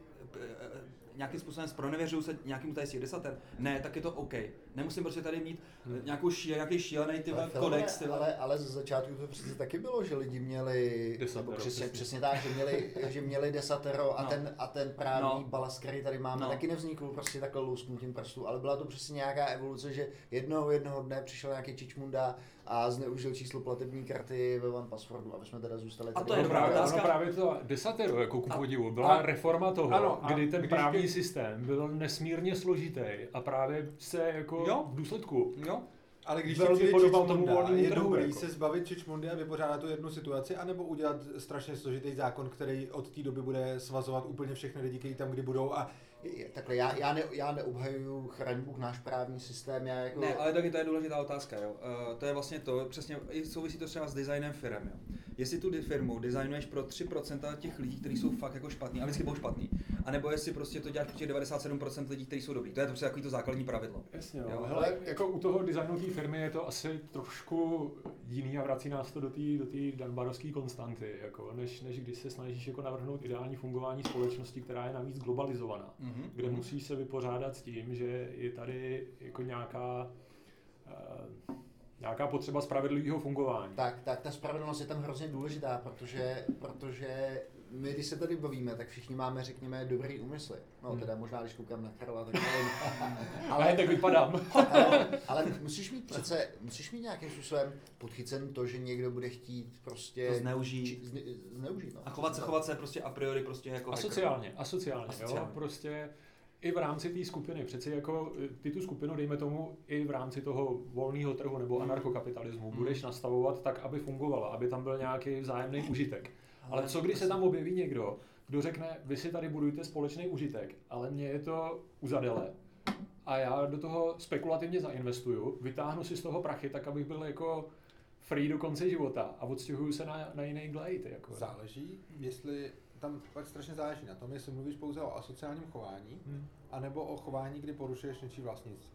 Speaker 2: nějakým způsobem zpronevěřuju se nějakým tady z těch desater, ne, tak je to OK. Nemusím prostě tady mít hmm. nějakou ší, nějaký šílený ty kodex. Ty
Speaker 1: ale, ale ze začátku to přece taky bylo, že lidi měli,
Speaker 3: desatero,
Speaker 1: přesně, přesně tak, že měli, že měli desatero a, no. ten, a ten právní no. balast, který tady máme, no. taky nevznikl prostě takhle lusknutím prstů, ale byla to přesně nějaká evoluce, že jednoho jednoho dne přišel nějaký čičmunda a zneužil číslo platební karty ve one passwordu, aby jsme teda zůstali.
Speaker 2: A to je právě,
Speaker 3: ono právě to desatero, jako ku podivu, byla a, reforma toho, ano, kdy ten právní ty... systém byl nesmírně složitý a právě se jako
Speaker 2: jo.
Speaker 3: v důsledku
Speaker 4: jo. Ale když
Speaker 3: velmi podobal tomu volnému
Speaker 4: je
Speaker 3: trhu,
Speaker 4: dobrý
Speaker 3: jako.
Speaker 4: se zbavit čičmundy a vypořádat tu jednu situaci, anebo udělat strašně složitý zákon, který od té doby bude svazovat úplně všechny lidi, kteří tam kdy budou a
Speaker 1: takhle, já, já, ne, já neobhajuju, chraň Bůh, náš právní systém, já jako...
Speaker 2: Ne, ale taky to je důležitá otázka, jo. Uh, to je vlastně to, přesně, souvisí to třeba s designem firem, jo. Jestli tu firmu designuješ pro tři procenta těch lidí, kteří jsou fakt jako špatní, a vždycky budou špatný, anebo jestli prostě to děláš pro těch devadesát sedm procent lidí, kteří jsou dobrý. To je to prostě takový to základní pravidlo.
Speaker 3: Jasně, jo. Jo. Hele, jako u toho designu té firmy je to asi trošku jiný a vrací nás to do té do té dunbarovské konstanty, jako, než, než když se snažíš jako navrhnout ideální fungování společnosti, která je navíc globalizovaná. Mm-hmm. Kde musí se vypořádat s tím, že je tady jako nějaká, uh, nějaká potřeba spravedlivého fungování.
Speaker 1: Tak, tak ta spravedlnost je tam hrozně důležitá, protože, protože my, když se tady bavíme, tak všichni máme, řekněme, dobrý úmysly. No, teda možná, když koukám na Karla, tak nevím.
Speaker 3: Ale tak vypadám.
Speaker 1: ale, ale musíš mít přece, musíš mít nějakým způsobem podchycen to, že někdo bude chtít prostě...
Speaker 2: To zneužít.
Speaker 1: Či, zne, zneužít, no.
Speaker 2: A chovat se, chovat se prostě a priori prostě jako...
Speaker 3: Asociálně, asociálně, asociálně. Jo, prostě... I v rámci té skupiny, přeci jako ty tu skupinu, dejme tomu, i v rámci toho volného trhu nebo anarchokapitalismu mm. budeš nastavovat tak, aby fungovala, aby tam byl nějaký vzájemný užitek. Ale co když se tam objeví někdo, kdo řekne, vy si tady budujte společný užitek, ale mně je to uzadele a já do toho spekulativně zainvestuju, vytáhnu si z toho prachy tak, abych byl jako free do konce života a odstěhuju se na, na jiný glade. Jako.
Speaker 4: Záleží, jestli... Tam pak strašně záleží na tom, jestli mluvíš pouze o asociálním chování, hmm. anebo o chování, kdy porušuješ něčí vlastnictví.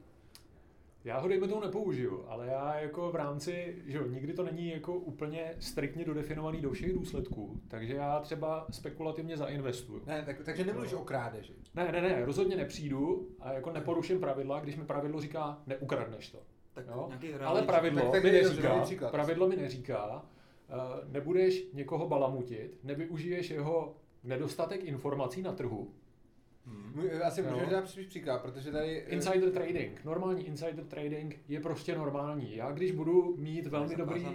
Speaker 3: Já ho dejme tomu nepoužiju, ale já jako v rámci, že jo, nikdy to není jako úplně striktně dodefinovaný do všech důsledků, takže já třeba spekulativně zainvestuju.
Speaker 4: Ne, tak, takže nemluvíš no. o krádeži.
Speaker 3: Ne, ne, ne, rozhodně nepřijdu a jako neporuším pravidla, když mi pravidlo říká, neukradneš to.
Speaker 2: Tak
Speaker 3: jo? Ale pravidlo tak, tak mi neříká,
Speaker 4: příklad,
Speaker 3: pravidlo mi neříká, Uh, nebudeš někoho balamutit, nevyužiješ jeho nedostatek informací na trhu.
Speaker 4: Hmm. Asi můžeš dát příklad, protože tady...
Speaker 3: Insider trading, normální insider trading je prostě normální. Já když budu mít velmi dobrý...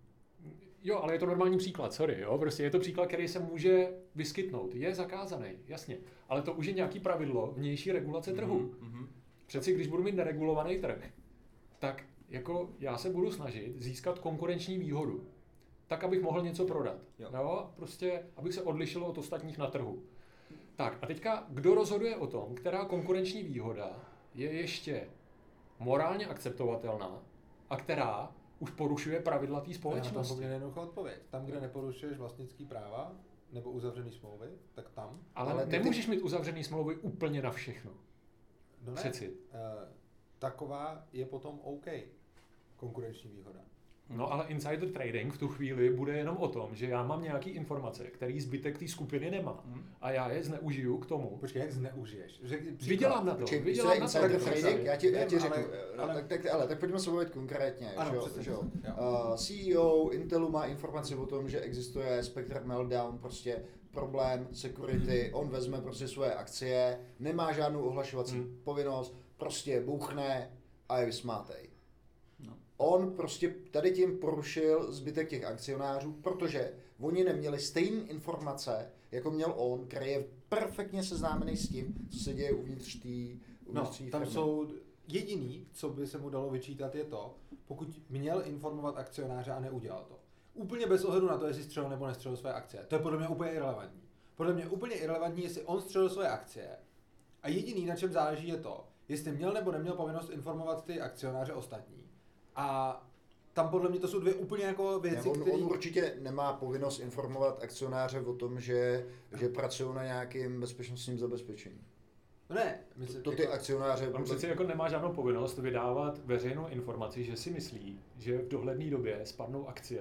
Speaker 3: Jo, ale je to normální příklad, sorry, jo, prostě je to příklad, který se může vyskytnout. Je zakázaný, jasně, ale to už je nějaký pravidlo vnější regulace trhu. Mm-hmm. Přeci když budu mít neregulovaný trh, tak jako já se budu snažit získat konkurenční výhodu. Tak, abych mohl něco prodat. Jo. Jo? Prostě, abych se odlišil od ostatních na trhu. Tak a teďka, kdo rozhoduje o tom, která konkurenční výhoda je ještě morálně akceptovatelná a která už porušuje pravidla té společnosti?
Speaker 4: Já na to poměrně jednoduchá odpověď. Tam, kde neporušuješ vlastnický práva nebo uzavřený smlouvy, tak tam.
Speaker 3: Ale, ale nemůžeš ty... mít uzavřený smlouvy úplně na všechno.
Speaker 4: No ne.
Speaker 3: Přeci.
Speaker 4: Uh, taková je potom OK. Konkurenční výhoda.
Speaker 3: No ale insider trading v tu chvíli bude jenom o tom, že já mám nějaký informace, který zbytek té skupiny nemá. Hmm. A já je zneužiju k tomu.
Speaker 4: Počkej, jak zneužiješ?
Speaker 3: Vydělám na to.
Speaker 1: Počkej,
Speaker 3: vydělám na to.
Speaker 1: Insider trading, já ti, já ti
Speaker 4: Vím,
Speaker 1: řeknu.
Speaker 4: ale- ale-
Speaker 1: Tak, tak, ale tak pojďme se bavit konkrétně.
Speaker 4: Ano,
Speaker 1: že jo,
Speaker 4: přesně.
Speaker 1: že jo.
Speaker 4: Jo.
Speaker 1: Uh, C E O Intelu má informaci o tom, že existuje Spectre Meltdown, prostě problém, security, on vezme prostě svoje akcie, nemá žádnou ohlašovací
Speaker 3: Hmm.
Speaker 1: povinnost, prostě bouchne a je vysmátej.
Speaker 2: No.
Speaker 1: On prostě tady tím porušil zbytek těch akcionářů, protože oni neměli stejné informace, jako měl on, který je perfektně seznámený s tím, co se děje uvnitř té
Speaker 4: No,
Speaker 1: uvnitř té
Speaker 4: tam
Speaker 1: firmy.
Speaker 4: jsou jediný, co by se mu dalo vyčítat, je to, pokud měl informovat akcionáře a neudělal to. Úplně bez ohledu na to, jestli střelil nebo nestřelil své akcie. To je podle mě úplně irelevantní. Podle mě úplně irelevantní, jestli on střelil své akcie a jediný, na čem záleží, je to, jestli měl nebo neměl povinnost informovat ty akcionáře ostatní. A tam podle mě to jsou dvě úplně jako věci,
Speaker 1: Ne, on,
Speaker 4: které...
Speaker 1: on určitě nemá povinnost informovat akcionáře o tom, že, že pracují na nějakým bezpečnostním zabezpečení.
Speaker 4: No ne, myslím,
Speaker 1: To ty
Speaker 4: jako...
Speaker 1: akcionáře...
Speaker 3: On přeci jako nemá žádnou povinnost vydávat veřejnou informaci, že si myslí, že v dohledné době spadnou akcie.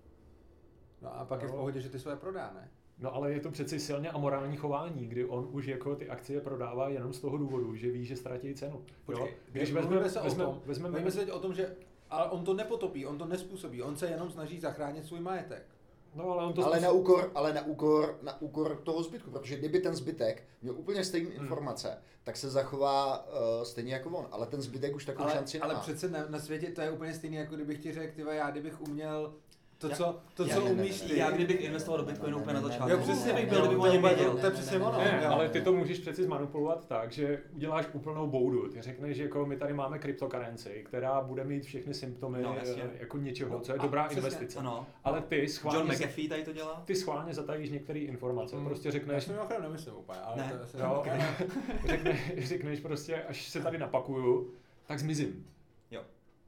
Speaker 4: No a pak je v
Speaker 3: No.
Speaker 4: pohodě, že ty své prodá, ne?
Speaker 3: No ale je to přeci silně amorální chování, kdy on už jako ty akcie prodává jenom z toho důvodu, že ví, že ztratí cenu.
Speaker 4: Počkej,
Speaker 3: Jo? Když
Speaker 4: mluvíme
Speaker 3: vezmeme,
Speaker 4: se o
Speaker 3: vezmeme,
Speaker 4: tom,
Speaker 3: vezmeme,
Speaker 4: Bavíme se teď o tom, že ale on to nepotopí, on to nespůsobí, on se jenom snaží zachránit svůj majetek.
Speaker 3: no ale on to
Speaker 1: Ale
Speaker 3: způsob-
Speaker 1: na úkor, ale na úkor, na úkor toho zbytku, protože kdyby ten zbytek měl úplně stejné
Speaker 3: Hmm.
Speaker 1: informace, tak se zachová uh, stejně jako on, ale ten zbytek už takovou
Speaker 4: Ale,
Speaker 1: šanci nemá.
Speaker 4: ale přece na, na světě to je úplně stejný, jako kdybych ti řekl, tyva, já kdybych uměl to,
Speaker 2: Já-
Speaker 4: co, to,
Speaker 2: já-
Speaker 4: co
Speaker 1: ne, ne,
Speaker 4: umíš
Speaker 1: ne,
Speaker 4: ty.
Speaker 2: Já kdybych investoval do Bitcoinu úplně na začátku.
Speaker 4: Jo, přesně,
Speaker 2: kdybych
Speaker 4: jo,
Speaker 2: byl, kdybych
Speaker 4: to
Speaker 2: o
Speaker 4: je
Speaker 2: něm
Speaker 4: úplně-
Speaker 2: věděl.
Speaker 4: to je přesně ono.
Speaker 3: Ne,
Speaker 4: jo.
Speaker 3: ale ty to můžeš přeci zmanipulovat tak, že uděláš úplnou boudu. Ty řekneš, že jako my tady máme cryptocurrency, která bude mít všechny symptomy
Speaker 2: No, jasně.
Speaker 3: eh, jako něčeho,
Speaker 4: No,
Speaker 3: co je
Speaker 4: a
Speaker 3: dobrá
Speaker 4: přesně,
Speaker 3: investice.
Speaker 2: Ano.
Speaker 3: Ale ty schválně,
Speaker 2: John
Speaker 3: za-
Speaker 2: McAfee tady to dělá?
Speaker 3: ty schválně zatajíš některé informace.
Speaker 4: Mm.
Speaker 3: Prostě
Speaker 4: Já
Speaker 3: řekneš,
Speaker 4: si mimochodem nemyslím úplně, ale
Speaker 2: Ne.
Speaker 4: to je asi
Speaker 3: jo,
Speaker 4: okay.
Speaker 3: řekne, řekneš prostě, až se tady napakuju, tak zmizím.
Speaker 2: Jo.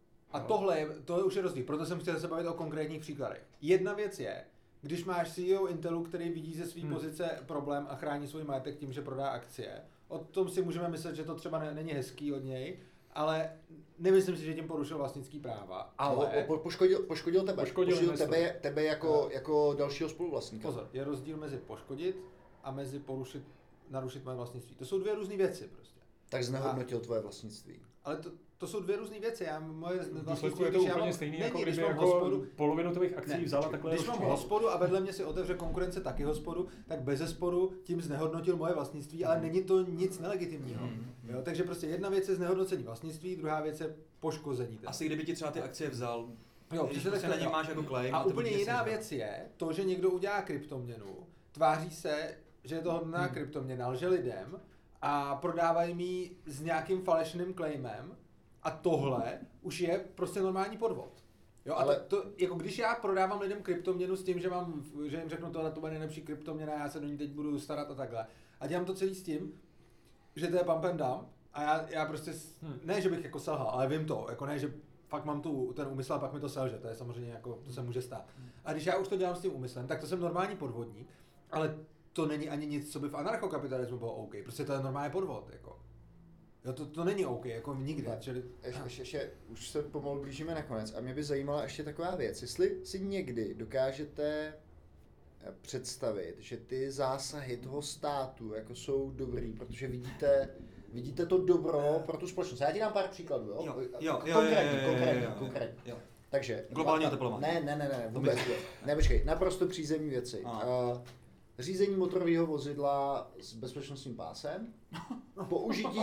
Speaker 4: A tohle, je, to je už je rozdíl, proto jsem chtěl se bavit o konkrétních příkladech. Jedna věc je, když máš C E O Intelu, který vidí ze své
Speaker 3: Hmm.
Speaker 4: pozice problém a chrání svůj majetek tím, že prodá akcie. O tom si můžeme myslet, že to třeba ne, není hezký od něj, ale nemyslím si, že tím porušil vlastnický práva. Ale
Speaker 1: Po, po, poškodil, poškodil tebe,
Speaker 3: Poškodil
Speaker 1: poškodil
Speaker 3: investora.
Speaker 1: tebe, tebe jako, jako dalšího spoluvlastníka.
Speaker 4: pozor, je rozdíl mezi poškodit a mezi porušit, narušit moje vlastnictví. To jsou dvě různé věci prostě.
Speaker 1: Tak znehodnotil tvoje vlastnictví.
Speaker 4: Ale to, to jsou dvě různé věci. Já, moje
Speaker 3: V důsledku
Speaker 4: vlastnictví,
Speaker 3: je to
Speaker 4: když já
Speaker 3: úplně
Speaker 4: mám-
Speaker 3: stejný,
Speaker 4: není,
Speaker 3: jako
Speaker 4: když
Speaker 3: kdyby
Speaker 4: mám
Speaker 3: jako
Speaker 4: hospodu,
Speaker 3: polovinu tvých akcí
Speaker 4: Ne,
Speaker 3: vzala
Speaker 4: počkej,
Speaker 3: takhle
Speaker 4: když mám
Speaker 3: rozčíhala.
Speaker 4: hospodu a vedle mě si otevře konkurence taky hospodu, tak bez zesporu tím znehodnotil moje vlastnictví, ale není to nic nelegitimního.
Speaker 2: Mm.
Speaker 4: Jo, takže prostě jedna věc je znehodnocení vlastnictví, druhá věc je poškození. té.
Speaker 2: Asi kdyby ti třeba ty akcie vzal,
Speaker 4: Jo,
Speaker 2: když
Speaker 4: přesně
Speaker 2: prostě
Speaker 4: tak,
Speaker 2: na ně
Speaker 4: jo.
Speaker 2: máš jako claim.
Speaker 4: A
Speaker 2: to
Speaker 4: úplně
Speaker 2: by tě
Speaker 4: jiná
Speaker 2: sežral.
Speaker 4: věc je to, že někdo udělá kryptoměnu, tváří se, že je to hodná
Speaker 3: Hmm.
Speaker 4: kryptoměna, lže lidem a prodávají mi ji s nějakým falešným claimem a tohle už je prostě normální podvod. Jo, a
Speaker 1: Ale-
Speaker 4: to, to, jako když já prodávám lidem kryptoměnu s tím, že, mám, že jim řeknu, tohle to bude nejlepší kryptoměna, já se do ní teď budu starat a takhle. A dělám to celý s tím, že to je pump and dump a já, já prostě, s-
Speaker 3: Hmm.
Speaker 4: ne, že bych jako selhal, ale vím to, jako ne, že fakt mám tu, ten úmysl a pak mi to selže, to je samozřejmě jako, to se může stát. A když já už to dělám s tím úmyslem, tak to jsem normální podvodník, ale to není ani nic, co by v anarchokapitalismu bylo OK, prostě to je normální podvod, jako. Jo, to, to není OK, jako nikdy,
Speaker 1: Ne.
Speaker 4: čili...
Speaker 1: Ještě, ještě, ještě, už se pomalu blížíme na konec a mě by zajímala ještě taková věc, jestli si někdy dokážete představit, že ty zásahy toho státu jako jsou dobrý, protože vidíte, vidíte to dobro pro tu společnost. Já ti dám pár příkladů, jo?
Speaker 2: Jo, jo, jo, jo,
Speaker 1: Konkrétně,
Speaker 2: jo, jo,
Speaker 1: konkrétně,
Speaker 2: jo, jo,
Speaker 1: konkrétně.
Speaker 2: jo.
Speaker 1: Takže...
Speaker 2: Globální oteplování.
Speaker 1: Ne, ne, ne, ne,
Speaker 2: To
Speaker 1: vůbec.
Speaker 2: myslím.
Speaker 1: Ne, počkej, naprosto přízemní věci.
Speaker 2: Ano.
Speaker 1: Uh, řízení motorového vozidla s bezpečnostním pásem, použití...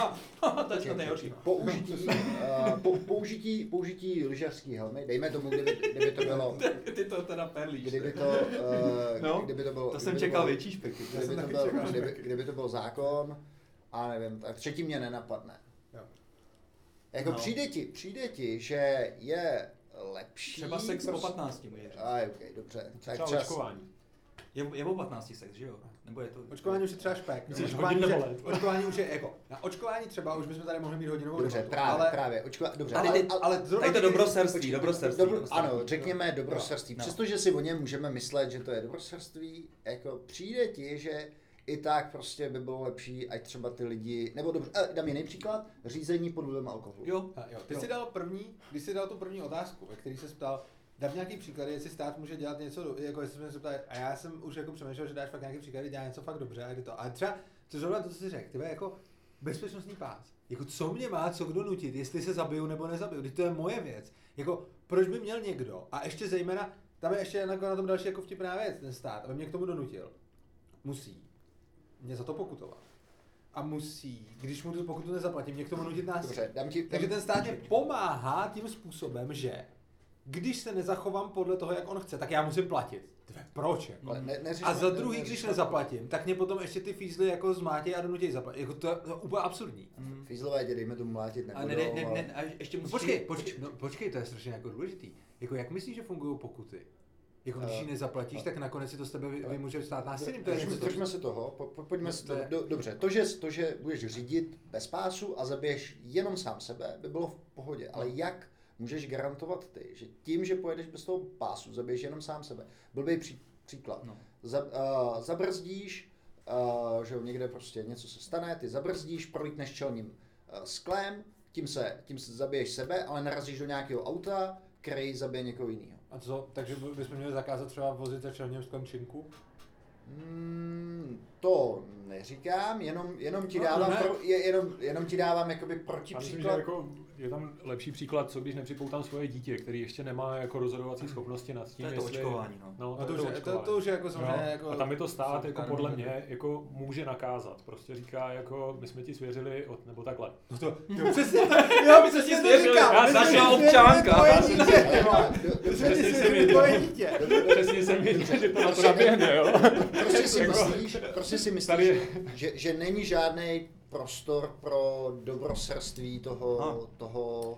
Speaker 2: To je snad nejhorší.
Speaker 1: Použití, uh, po, použití, použití lyžařský helmy, dejme tomu, kdyby, kdyby to bylo,
Speaker 2: Ty to teda perlíš.
Speaker 1: kdyby to, uh,
Speaker 2: No,
Speaker 1: kdyby to bylo,
Speaker 2: To jsem
Speaker 1: kdyby
Speaker 2: čekal
Speaker 1: bylo,
Speaker 2: větší špeky. To
Speaker 1: kdyby
Speaker 2: jsem
Speaker 1: to,
Speaker 2: taky
Speaker 1: byl,
Speaker 2: čekal
Speaker 1: kdyby,
Speaker 2: špeky.
Speaker 1: kdyby to byl zákon, a nevím, tak třetí mě nenapadne.
Speaker 4: Jo.
Speaker 1: Jako
Speaker 2: No.
Speaker 1: přijde ti, přijde ti, že je lepší...
Speaker 2: Třeba sex po
Speaker 1: prostě-
Speaker 2: patnácti, může říct.
Speaker 1: A okay, dobře. Tak
Speaker 3: Třeba
Speaker 1: čas.
Speaker 3: očkování.
Speaker 2: Je, je po patnácti sex, že jo? Nebo je to...
Speaker 4: Očkování už je třeba špek.
Speaker 3: Myslíš
Speaker 4: Očkování,
Speaker 3: hodin
Speaker 4: už
Speaker 3: nebo
Speaker 4: je,
Speaker 3: let?
Speaker 4: očkování už je jako, na očkování třeba už bychom tady mohli mít hodinovou
Speaker 1: Dobře,
Speaker 4: debatu,
Speaker 1: právě,
Speaker 4: ale,
Speaker 1: právě. Očko, dobře,
Speaker 2: Tady
Speaker 1: ale,
Speaker 2: ty-
Speaker 1: ale,
Speaker 4: ale zrovna
Speaker 2: Tady to
Speaker 4: když-
Speaker 2: dobrosrství, dobrosrství.
Speaker 1: Dobro,
Speaker 2: dobrosrství.
Speaker 1: ano, řekněme dobrosrství.
Speaker 2: No.
Speaker 1: Přestože si o něm můžeme myslet, že to je dobrosrství, jako přijde ti, že i tak prostě by bylo lepší, ať třeba ty lidi, nebo dobře, eh, dám jiný příklad, řízení pod vlivem alkoholu.
Speaker 2: Jo.
Speaker 4: A jo, ty
Speaker 2: Jo.
Speaker 4: jsi dal první, když jsi dal tu první otázku, ve který se ptal, dám nějaký příklady, jestli stát může dělat něco, jako jestli jsme se ptali, a já jsem už jako přemýšlel, že dáš fakt nějaký příklady, dělá něco fakt dobře, a je to. Ale třeba, co zrovna to, co jsi řekl, ty jako bezpečnostní pás. Jako co mě má co kdo nutit, jestli se zabiju nebo nezabiju, když to je moje věc. Jako proč by měl někdo, a ještě zejména, tam je ještě na, na tom další jako vtipná věc, ten stát, aby mě k tomu donutil. Musí mě za to pokutovat. A musí, když mu tu pokutu nezaplatím, mě k tomu nutit násilí.
Speaker 1: Dobře, dám ti, dám,
Speaker 4: Takže ten stát mě pomáhá tím způsobem, že když se nezachovám podle toho, jak on chce, tak já musím platit. Tve, proč? Jako?
Speaker 1: ale ne, neřešme,
Speaker 4: A za druhý,
Speaker 1: ne,
Speaker 4: když
Speaker 1: neřešme-
Speaker 4: nezaplatím, tak mě potom ještě ty fízly jako zmátějí a donutějí zaplatit. Jako to je, to je úplně absurdní.
Speaker 2: Mm.
Speaker 1: Fízlové tě dejme tomu mlátit
Speaker 2: A
Speaker 1: nebudou,
Speaker 2: ne, ne,
Speaker 1: ale-
Speaker 2: ne, a ještě
Speaker 4: No
Speaker 2: musíš...
Speaker 4: počkej, počkej, no, počkej, to je strašně jako důležitý. Jako jak myslíš, že fungují pokuty? Jako když
Speaker 1: Eh,
Speaker 4: ji nezaplatíš, tak nakonec si to z tebe vy,
Speaker 1: ale-
Speaker 4: vymůže stát násilím. To je
Speaker 1: Držme,
Speaker 4: něco,
Speaker 1: držme se toho, po, po, pojďme
Speaker 4: No,
Speaker 1: si
Speaker 4: to
Speaker 1: to,
Speaker 4: je-
Speaker 1: do, dobře, to že, to, že budeš řídit bez pásu a zabiješ jenom sám sebe, by bylo v pohodě, ale jak můžeš garantovat ty, že tím, že pojedeš bez toho pásu, zabiješ jenom sám sebe, blbý pří, příklad,
Speaker 2: No.
Speaker 1: Za, uh, zabrzdíš, uh, že jo, někde prostě něco se stane, ty zabrzdíš, prolítneš čelním uh, sklem, tím se, tím se zabiješ sebe, ale narazíš do nějakého auta, který zabije někoho jiného.
Speaker 4: A co? Takže bychom měli zakázat třeba vozit za čelním sklem činku?
Speaker 1: Hmm, to neříkám, jenom, jenom ti
Speaker 4: No,
Speaker 1: dávám,
Speaker 4: ne.
Speaker 1: pro, je, jenom, jenom ti dávám jakoby
Speaker 3: Já myslím, že
Speaker 1: protipříklad.
Speaker 3: jako je tam lepší příklad, co když nepřipoutám svoje dítě, který ještě nemá jako rozhodovací schopnosti nad tím,
Speaker 2: To je to
Speaker 3: jestli...
Speaker 2: očkování, no.
Speaker 3: No,
Speaker 4: No
Speaker 3: to,
Speaker 4: to,
Speaker 3: je
Speaker 4: už,
Speaker 3: to
Speaker 4: je, to,
Speaker 3: očkování.
Speaker 4: to už je jako samozřejmě
Speaker 3: Jo,
Speaker 4: jako...
Speaker 3: a tam je to stát, jako
Speaker 4: jsou
Speaker 3: podle
Speaker 4: kanon-
Speaker 3: mě, jako může nakázat. Prostě říká, jako my jsme ti svěřili, od, nebo takhle.
Speaker 4: No to, to přesně, jo, my jsme ti
Speaker 3: svěřili,
Speaker 4: říkal,
Speaker 3: já
Speaker 4: my jsme
Speaker 2: začala
Speaker 4: ti
Speaker 2: občanka.
Speaker 4: svěřili tvoje dítě, ty vole.
Speaker 1: Do-
Speaker 4: My jsme
Speaker 1: dobře,
Speaker 4: ti
Speaker 3: Přesně jsem
Speaker 4: svěřili
Speaker 3: věděl.
Speaker 4: tvoje dítě.
Speaker 3: Přesně jsem věděl, že to na to naběhne, jo.
Speaker 1: Prostě si
Speaker 3: Jako-
Speaker 1: myslíš, prostě si myslíš
Speaker 3: Tady-
Speaker 1: že, že není žádný prostor pro dobrosrství toho,
Speaker 2: No.
Speaker 1: toho,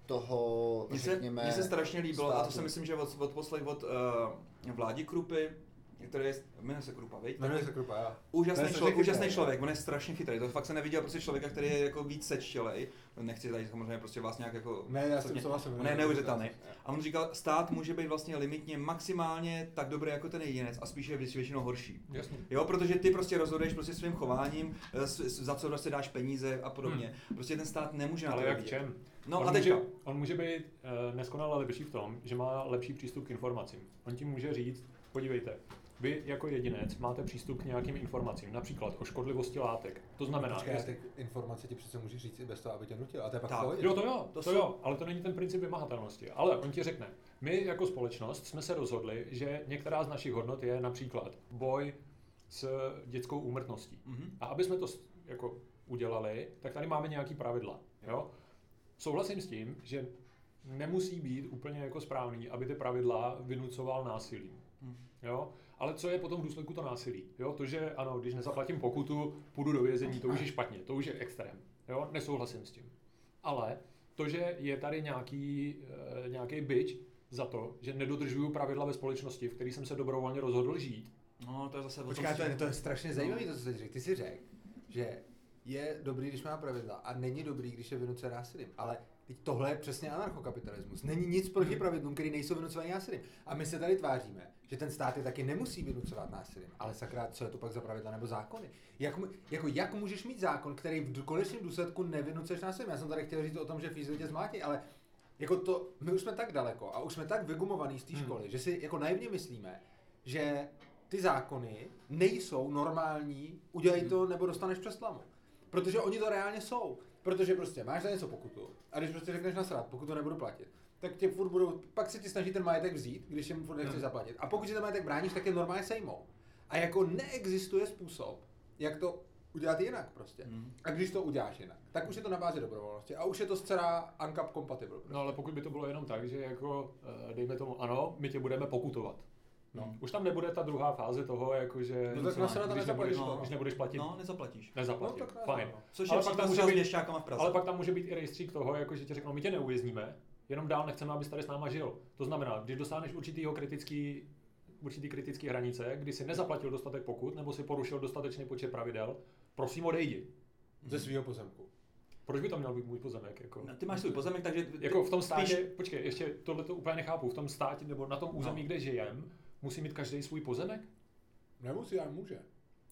Speaker 1: toho,
Speaker 2: Mně se,
Speaker 1: řekněme,
Speaker 2: mně se strašně líbilo, a to
Speaker 1: státu.
Speaker 2: si myslím, že od, od poslech od uh, Vládi Krupy, který je, jmenuje se Krupa, viď?
Speaker 4: Jmenuje se Krupa, jo.
Speaker 2: Úžasný,
Speaker 4: To je
Speaker 2: člo,
Speaker 4: strašně
Speaker 2: úžasný
Speaker 4: chytrý,
Speaker 2: člověk, on je strašně chytrý, to fakt se neviděl prostě člověka, který je jako víc sečtělej, nechci tady samozřejmě prostě vás nějak jako...
Speaker 4: Ne, já s tím
Speaker 2: osobně-
Speaker 4: souhlasím.
Speaker 2: On je neuvěřitelný. A on říkal, stát může být vlastně limitně maximálně tak dobrý jako ten jedinec a spíše větši- většinou horší.
Speaker 3: Jasně.
Speaker 2: Jo, protože ty prostě rozhoduješ prostě svým chováním, eh, s- s- za co prostě dáš peníze a podobně. Prostě ten stát nemůže na to
Speaker 3: Ale jak v
Speaker 2: vidět.
Speaker 3: čem?
Speaker 2: No
Speaker 3: on
Speaker 2: a teďka.
Speaker 3: Může, on může být uh, neskonale lepší v tom, že má lepší přístup k informacím. On ti může říct, podívejte, vy jako jedinec máte přístup k nějakým informacím, například o škodlivosti látek. To znamená,
Speaker 4: Počkej,
Speaker 3: jestli-
Speaker 4: ty informace ti přece můžeš říct i bez toho, aby tě nutil. A to je pak
Speaker 2: Tak.
Speaker 4: v pohodě.
Speaker 3: Jo, to jo,
Speaker 2: To
Speaker 3: to,
Speaker 2: jsou-
Speaker 3: jo, ale to není ten princip vymahatelnosti. Ale on ti řekne, my jako společnost jsme se rozhodli, že některá z našich hodnot je například boj s dětskou úmrtností.
Speaker 2: Mhm.
Speaker 3: A aby jsme to s- jako udělali, tak tady máme nějaký pravidla. Jo? Souhlasím s tím, že nemusí být úplně jako správný, aby ty pravidla vynucoval násilím.
Speaker 2: Hmm.
Speaker 3: Jo? Ale co je potom v důsledku to násilí? Jo? To, že ano, když nezaplatím pokutu, půjdu do vězení, to už je špatně, to už je extrém. Jo? Nesouhlasím s tím. Ale to, že je tady nějaký, e, nějaký bič za to, že nedodržuju pravidla ve společnosti, v který jsem se dobrovolně rozhodl žít,
Speaker 2: No, to je zase... o tom
Speaker 4: Počkej, to je,
Speaker 2: si-
Speaker 4: to je strašně zajímavé, to, co jsi řekl. Ty jsi řekl, že je dobrý, když má pravidla a není dobrý, když je vynucuje násilím. Ale teď tohle je přesně anarchokapitalismus. Není nic proti pravidlům, které nejsou vynucované násilím. A my se tady tváříme, že ten stát je taky nemusí vynucovat násilím. Ale sakra, co je to pak za pravidla nebo zákony? Jak, mu- jako, jak můžeš mít zákon, který v konečném důsledku nevynucuješ násilím? Já jsem tady chtěl říct o tom, že fízli tě zmátí, ale jako to, my už jsme tak daleko a už jsme tak vygumovaný z té
Speaker 3: Hmm.
Speaker 4: školy, že si jako naivně myslíme, že ty zákony nejsou normální, udělej to nebo dostaneš přeslamu. Protože oni to reálně jsou. Protože prostě máš za něco pokutu a když prostě řekneš nasrat, pokud to nebudu platit, tak tě furt budou, pak se ti snaží ten majetek vzít, když jim furt nechceš
Speaker 3: Hmm.
Speaker 4: zaplatit. A pokud si ten majetek bráníš, tak je normálně sejmou. A jako neexistuje způsob, jak to udělat jinak prostě.
Speaker 2: Hmm.
Speaker 4: A když to uděláš jinak, tak už je to na bázi dobrovolnosti a už je to zcela uncap compatible. Prostě.
Speaker 3: no ale pokud by to bylo jenom tak, že jako, eh, dejme tomu, ano, my tě budeme pokutovat.
Speaker 4: No.
Speaker 3: Už tam nebude ta druhá fáze toho, jakože
Speaker 4: No tak
Speaker 3: co,
Speaker 4: nasrat a
Speaker 3: když,
Speaker 4: nezaplatíš
Speaker 3: nebudeš,
Speaker 4: to.
Speaker 3: když nebudeš platit,
Speaker 2: No, nezaplatíš.
Speaker 3: nezaplatit.
Speaker 4: No, tak ne,
Speaker 3: Fajn.
Speaker 4: no.
Speaker 2: Což
Speaker 3: Ale
Speaker 2: je
Speaker 3: pak
Speaker 2: příklad
Speaker 3: tam může
Speaker 2: třeba s
Speaker 3: být-
Speaker 2: věšťákama v Praze.
Speaker 3: Ale pak tam může být i rejstřík toho, jako, že ti řeknou, my tě neuvězníme, jenom dál nechceme, abys tady s náma žil. To znamená, když dosáhneš určitýho kritický, určitý kritický hranice, kdy si nezaplatil dostatek pokut, nebo si porušil dostatečný počet pravidel, prosím odejdi.
Speaker 4: Ze svého pozemku.
Speaker 3: Proč by to měl být můj pozemek? Jako,
Speaker 2: No, ty máš svůj pozemek, takže... ty-
Speaker 3: jako v tom státě,
Speaker 2: spíš-
Speaker 3: počkej, ještě tohle to úplně nechápu, v tom státě nebo na tom území,
Speaker 2: No.
Speaker 3: kde žijem, musí mít každý svůj pozemek?
Speaker 4: Nemusí, ale může.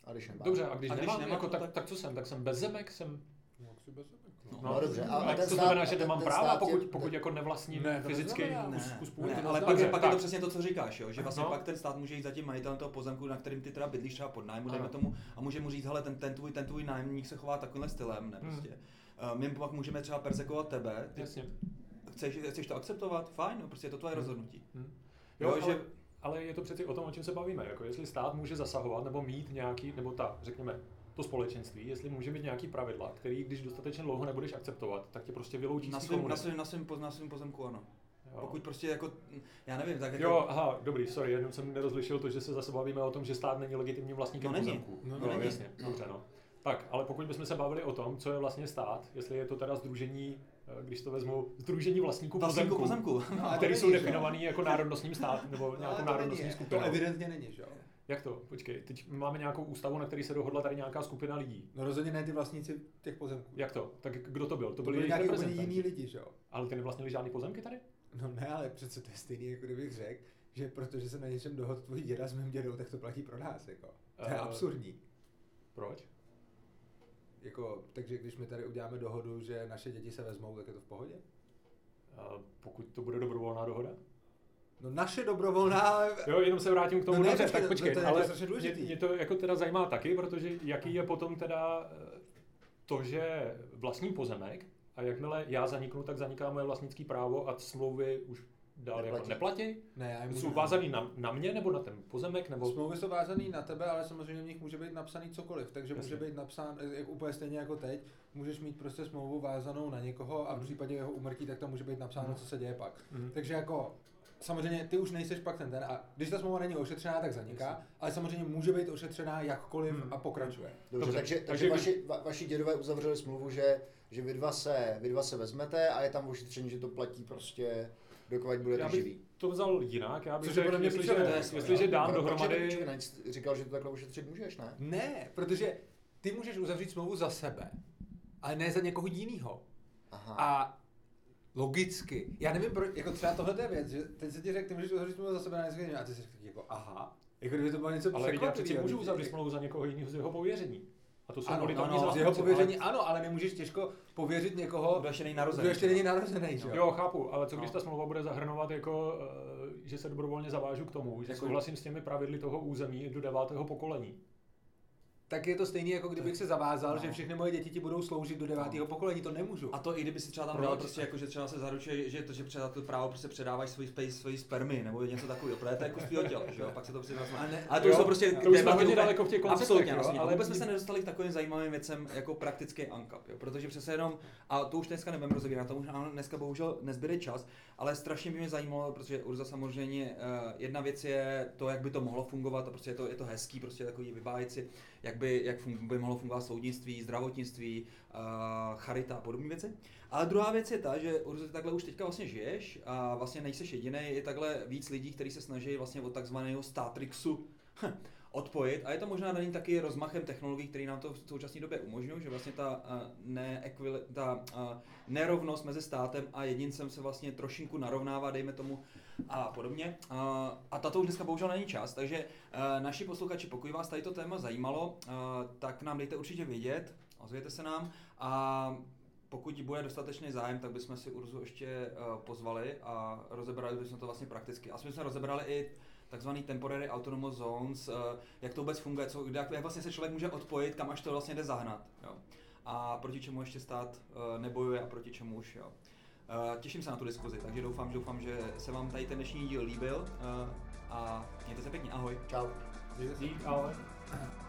Speaker 1: A když nemá.
Speaker 3: Dobře, a když,
Speaker 2: A když
Speaker 3: nemám,
Speaker 2: nemám,
Speaker 3: jako, tak,
Speaker 2: tak-
Speaker 3: tak co jsem? Tak jsem bezemek, jsem...
Speaker 4: No, jak si bez zemek,
Speaker 1: No,
Speaker 4: no.
Speaker 1: no dobře, a,
Speaker 3: a
Speaker 1: a ten
Speaker 3: to
Speaker 1: stát,
Speaker 3: znamená,
Speaker 1: a
Speaker 3: že
Speaker 1: ten,
Speaker 3: nemám
Speaker 1: ten
Speaker 3: práva,
Speaker 1: stát
Speaker 3: pokud,
Speaker 1: je,
Speaker 3: pokud jako nevlastním
Speaker 4: Ne, to
Speaker 3: fyzický
Speaker 4: neznamená.
Speaker 3: kus,
Speaker 2: Ne,
Speaker 3: kus půdy.
Speaker 2: ne,
Speaker 3: to
Speaker 2: ale
Speaker 3: znamená,
Speaker 2: pak,
Speaker 3: že-
Speaker 2: pak je to
Speaker 3: tak.
Speaker 2: přesně to, co říkáš, jo? Že vlastně
Speaker 3: No.
Speaker 2: pak ten stát může jít za tím majitelem toho pozemku, na kterým ty teda bydlíš třeba pod nájmu, dejme
Speaker 3: Ano.
Speaker 2: tomu, a může mu říct, hele, ten, ten, tvůj, ten tvůj nájemník se chová takovýmhle stylem, ne
Speaker 3: Hmm.
Speaker 2: prostě. Uh, my pak můžeme třeba perzekovat tebe, ty
Speaker 3: Jasně.
Speaker 2: chceš, chceš to akceptovat, fajn, no, prostě je to tvoje
Speaker 3: Hmm.
Speaker 2: rozhodnutí.
Speaker 3: Hm.
Speaker 2: Jo,
Speaker 3: Jo, ale,
Speaker 2: že-
Speaker 3: ale je to přeci o tom, o čem se bavíme. Jako jestli stát může zasahovat nebo mít nějaký, nebo ta, řekněme, to společenství, jestli může mít nějaký pravidla, který když dostatečně dlouho nebudeš akceptovat, tak tě prostě vyloučí
Speaker 2: Na
Speaker 3: z té
Speaker 2: svém, na
Speaker 3: komunity.
Speaker 2: svém, na svém, poz- na svém pozemku, ano.
Speaker 3: Jo.
Speaker 2: Pokud prostě jako, já nevím, tak jako...
Speaker 3: Jo, aha, dobrý, sorry, jenom jsem nerozlišil to, že se zase bavíme o tom, že stát není legitimním vlastníkem
Speaker 2: No není.
Speaker 3: pozemku.
Speaker 4: No,
Speaker 3: No,
Speaker 4: není.
Speaker 3: jasně, dobře, no. Tak, ale pokud bychom se bavili o tom, co je vlastně stát, jestli je to teda sdružení, eh, když to vezmu, sdružení vlastníků
Speaker 2: Vlastníků
Speaker 3: pozemku,
Speaker 2: pozemku.
Speaker 4: No, a to
Speaker 3: který
Speaker 4: není,
Speaker 3: jsou
Speaker 4: že?
Speaker 3: definovaný jako národnostním stát nebo
Speaker 4: No, ale
Speaker 3: nějakou
Speaker 4: to
Speaker 3: národnostní
Speaker 4: není,
Speaker 3: skupinou.
Speaker 4: To evidentně není, že jo?
Speaker 3: Jak to? Počkej, teď máme nějakou ústavu, na který se dohodla tady nějaká skupina lidí.
Speaker 4: No rozhodně ne ty vlastníci těch pozemků.
Speaker 3: Jak to? Tak kdo to byl? To,
Speaker 4: To
Speaker 3: byli
Speaker 4: byli
Speaker 3: jejich
Speaker 4: nějaký úplně
Speaker 3: reprezentanti.
Speaker 4: jiný lidi, že jo?
Speaker 3: Ale ty nevlastnili žádný pozemky tady?
Speaker 4: No ne, ale přece to je stejný, jako kdybych řekl, že protože se na něčem dohodl tvůj děda s mým dědou, tak to platí pro nás, jako. To je
Speaker 3: Eh,
Speaker 4: absurdní.
Speaker 3: Proč?
Speaker 4: Jako, takže když my tady uděláme dohodu, že naše děti se vezmou, tak je to v pohodě?
Speaker 3: A pokud to bude dobrovolná dohoda?
Speaker 4: No naše dobrovolná, ale...
Speaker 3: Jo, jenom se vrátím k tomu,
Speaker 4: No ne,
Speaker 3: dobře,
Speaker 4: počkej,
Speaker 3: tak
Speaker 4: to-
Speaker 3: počkej,
Speaker 4: to je
Speaker 3: ale
Speaker 4: strašně
Speaker 3: mě,
Speaker 4: důležitý.
Speaker 3: mě to jako teda zajímá taky, protože jaký je potom teda eh, to, že vlastním pozemek a jakmile já zaniknu, tak zaniká moje vlastnické právo a smlouvy už dál
Speaker 1: Neplatí.
Speaker 3: jako neplatí?
Speaker 4: Ne, já jim
Speaker 3: Jsou
Speaker 4: můžu-
Speaker 3: vázaný na, na mě nebo na ten pozemek? Nebo...
Speaker 4: Smlouvy jsou vázaný na tebe, ale samozřejmě v nich může být napsaný cokoliv, takže
Speaker 3: Jasně.
Speaker 4: může být napsán, jak úplně stejně jako teď, můžeš mít prostě smlouvu vázanou na někoho a v případě jeho úmrtí, tak tam může být napsáno, co se děje pak.
Speaker 3: Mhm.
Speaker 4: Takže jako, samozřejmě ty už nejseš pak ten ten a když ta smlouva není ošetřená, tak zaniká, ale samozřejmě může být ošetřená jakkoliv
Speaker 3: Mhm.
Speaker 4: a pokračuje.
Speaker 1: Dobře,
Speaker 3: Dobře,
Speaker 1: takže, takže,
Speaker 3: takže-
Speaker 1: vaši, va, vaši dědové uzavřeli smlouvu, že, že vy, dva se, vy dva se vezmete a je tam ošetření, že to platí prostě, dokud budete
Speaker 3: Já bych
Speaker 1: živý.
Speaker 3: to vzal jinak, já bych
Speaker 4: Což je podle
Speaker 3: řekl,
Speaker 4: mě
Speaker 3: jestliže,
Speaker 4: píčovina,
Speaker 1: jako,
Speaker 3: jestliže
Speaker 1: jo.
Speaker 3: dám
Speaker 1: Ale proč
Speaker 3: dohromady...
Speaker 1: je to píčovina? Jsi říkal, že to takhle ošetřit můžeš, ne?
Speaker 4: Ne, protože ty můžeš uzavřít smlouvu za sebe, ale ne za někoho jiného.
Speaker 1: Aha.
Speaker 4: A logicky, já nevím, proč, jako třeba tohle je věc, že teď se ti řekl, ty můžeš uzavřít smlouvu za sebe, ne a ty si řekl jako aha, jako kdyby to bylo něco
Speaker 3: Ale já přeci
Speaker 4: překvapivého,
Speaker 3: můžu
Speaker 4: ty-
Speaker 3: uzavřít smlouvu za někoho jiného z jeho pověření. A to jsou
Speaker 4: Ano,
Speaker 3: volitelní
Speaker 2: ano,
Speaker 4: z
Speaker 3: zástupci,
Speaker 4: jeho
Speaker 3: ale-
Speaker 4: pověření ano, ale nemůžeš těžko pověřit někoho,
Speaker 2: Kdo ještě není narozený.
Speaker 4: kdo ještě není narozený, že jo?
Speaker 3: Jo, chápu, ale co když
Speaker 2: No.
Speaker 3: ta smlouva bude zahrnovat jako, eh, že se dobrovolně zavážu k tomu, že
Speaker 2: Jako-
Speaker 3: souhlasím s těmi pravidly toho území do devátého pokolení.
Speaker 4: Tak je to stejně, jako kdybych se zavázal,
Speaker 2: No.
Speaker 4: že všechny moje děti ti budou sloužit do devátého pokolení, to nemůžu.
Speaker 2: A to i kdyby si třeba tam
Speaker 4: Proč?
Speaker 2: dal prostě jako, že třeba se zaručuje, že to, že třeba to právo prostě předávají svoji space, svoji spermy, nebo něco takového, protože to je kus tvýho těla, že jo, pak se to prostě
Speaker 4: A ne-
Speaker 2: ale to už
Speaker 3: jo,
Speaker 2: jsou prostě
Speaker 3: to už jsme
Speaker 2: debaty
Speaker 3: hodně
Speaker 2: úplně-
Speaker 3: daleko v těch konceptech,
Speaker 2: absolutně,
Speaker 3: jo,
Speaker 2: absolutně.
Speaker 3: ale
Speaker 2: Ale vůbec jsme
Speaker 3: mě-
Speaker 2: se nedostali k takovým zajímavým věcem jako praktický uncap, jo, protože přece jenom, a to už dneska nebudeme rozebírat, to už nám dneska bohužel nezbyde čas, ale strašně by mě zajímalo, protože Urza samozřejmě, uh, jedna věc je to, jak by to mohlo fungovat, a prostě je to, je to hezký, prostě takový vybájeci, jak by, jak fun- by mohlo fungovat soudnictví, zdravotnictví, uh, charita a podobné věci. Ale druhá věc je ta, že Urzo, ty takhle už teďka vlastně žiješ a vlastně nejseš jediný, je takhle víc lidí, kteří se snaží vlastně od takzvaného Statrixu odpojit a je to možná daný taky rozmachem technologií, které nám to v současné době umožňují, že vlastně ta, uh, neekvili, ta uh, nerovnost mezi státem a jedincem se vlastně trošinku narovnává, dejme tomu, a podobně. Uh, a tato už dneska bohužel není čas, takže uh, naši posluchači, pokud vás tady to téma zajímalo, uh, tak nám dejte určitě vědět, ozvěte se nám a pokud bude dostatečný zájem, tak bychom si Urzu ještě uh, pozvali a rozebrali bychom to vlastně prakticky. A jsme rozebrali i takzvaný temporary autonomous zones, uh, jak to vůbec funguje, co, jak, jak vlastně se člověk může odpojit, kam až to vlastně jde zahnat. Jo. A proti čemu ještě stát uh, nebojuje a proti čemu už. Jo. Uh, těším se na tu diskuzi, takže doufám, doufám, že se vám tady ten dnešní díl líbil uh, a mějte se pěkně, ahoj.
Speaker 1: Čau.
Speaker 3: Dík, ale...